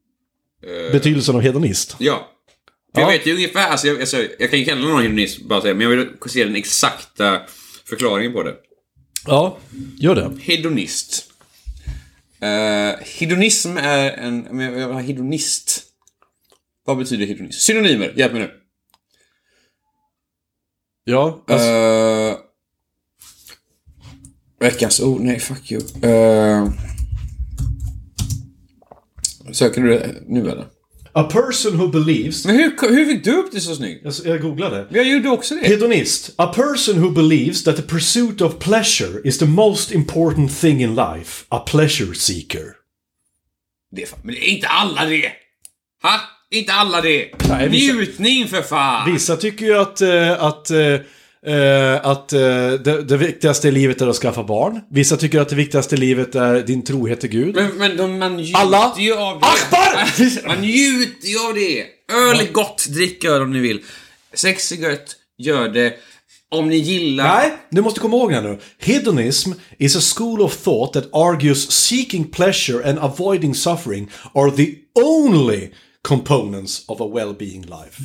Eh... betydelsen av hedonist. Ja. För ja. Jag vet ju ungefär, alltså jag, alltså, jag kan ju kalla någon hedonist bara säga, men jag vill se den exakta förklaringen på det. Ja, gör det. Hedonist. Uh, hedonism är en, men jag vill ha hedonist. Vad betyder hedonist? Synonymer, hjälp mig nu. Ja. Alltså... Uh, veckans, oh nej, fuck you. Uh, söker du det nu eller? A person who believes... Men hur, hur fick du upp det så snyggt? Jag, jag googlade. Jag gjorde också det. Hedonist. A person who believes that the pursuit of pleasure is the most important thing in life. A pleasure seeker. Det är fan, men det är inte alla det. Ha? Inte alla det. Nej, vissa, njutning för fan. Vissa tycker ju att... Uh, att uh, Uh, att uh, det, det viktigaste i livet är att skaffa barn. Vissa tycker att det viktigaste i livet är din trohet till Gud. Men, men de, man njuter Alla ju av det. Akbar! Man njuter ju av det. Öl är gott, drick öl om ni vill. Sex är gött, gör det. Om ni gillar... Nej, du måste komma ihåg här nu. Hedonism is a school of thought that argues seeking pleasure and avoiding suffering are the only components of a well-being life.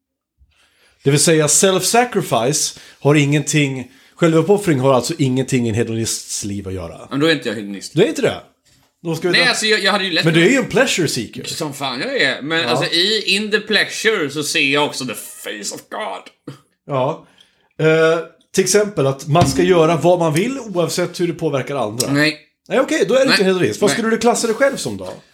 Det vill säga self-sacrifice har ingenting... Självuppoffring har alltså ingenting i en hedonists liv att göra. Men då är inte jag hedonist. Du är inte det? Då ska vi Nej, ta... alltså jag, jag hade ju lätt... Men du är ju en pleasure seeker. Som fan jag är. Men ja. Alltså i In the Pleasure så ser jag också the face of God. Ja. Uh, till exempel att man ska göra vad man vill oavsett hur det påverkar andra. Nej. Nej, okej. Okay, då är du inte en hedonist. Vad skulle du klassa dig själv som då?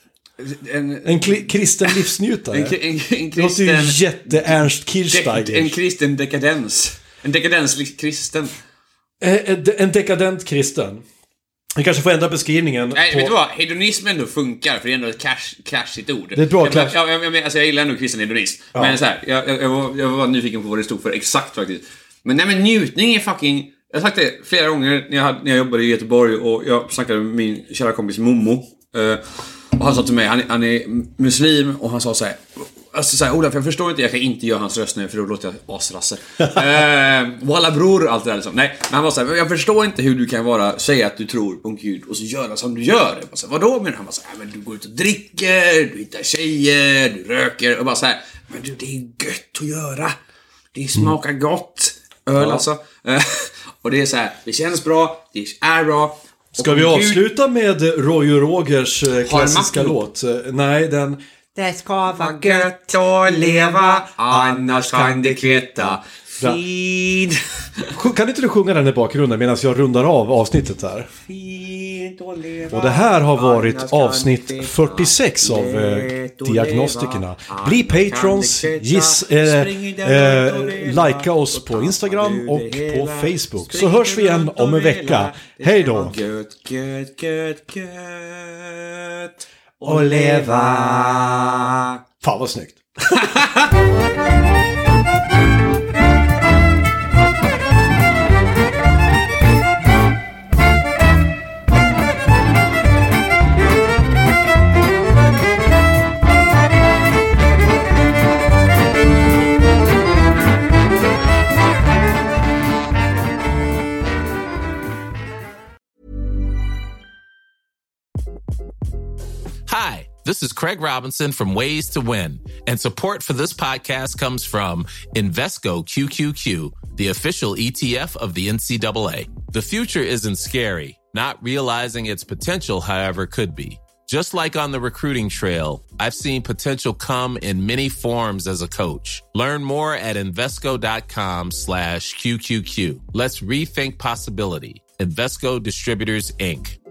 En, en kli- kristen livsnjutare. En, en, en kristen... Det låter ju jätte-Ernst Kirchsteiger. De, en kristen dekadens. En dekadens kristen. En, en dekadent kristen. Vi kanske får ändra beskrivningen. Nej, på... vet du vad? Hedonism ändå funkar, för det är ändå ett cash, cashigt ord. Det är ett bra clash. Jag, jag, jag, alltså jag gillar ändå kristen hedonist. Ja. Men så här, jag, jag, jag, var, jag var nyfiken på vad det stod för exakt faktiskt. Men nej, men njutning är fucking... Jag har sagt det flera gånger när jag, hade, när jag jobbade i Göteborg och jag snackade med min kära kompis Momo. Uh, och han sa till mig, han, han är muslim, och han sa så här, alltså så här, Olof, jag förstår inte, jag kan inte göra hans röst nu för då låter jag asrasse. eh, Walla bror, allt det där liksom. Nej, men han var så här, jag förstår inte hur du kan vara, säga att du tror på en Gud och så göra som du gör. Jag bara så här, vadå? Men han var så här, men du går ut och dricker, du hittar tjejer, du röker, och bara så här, men du, det är gött att göra. Det smakar mm. gott. öl alltså. Eh, och det är så här, det känns bra, det är bra. Ska vi avsluta med Roy och Rogers klassiska Har låt? Nej, den... Det ska vara gött att leva, annars kan det kvitta. Fid. Kan inte du sjunga den i bakgrunden medan jag rundar av avsnittet här? Fid och leva. Och det här har varit avsnitt fyrtiosex av eh, Diagnostikerna. Bli patrons, giss, eh, eh, likea oss på Instagram och på Facebook. Så hörs vi igen om en vecka. Hej då! Gött, gött, gött, gött. Och leva. Fan vad snyggt. Hi, this is Craig Robinson from Ways to Win, and support for this podcast comes from Invesco Q Q Q, the official E T F of the N C double A. The future isn't scary. Not realizing its potential, however, could be. Just like on the recruiting trail, I've seen potential come in many forms as a coach. Learn more at Invesco.com slash QQQ. Let's rethink possibility. Invesco Distributors, Incorporated.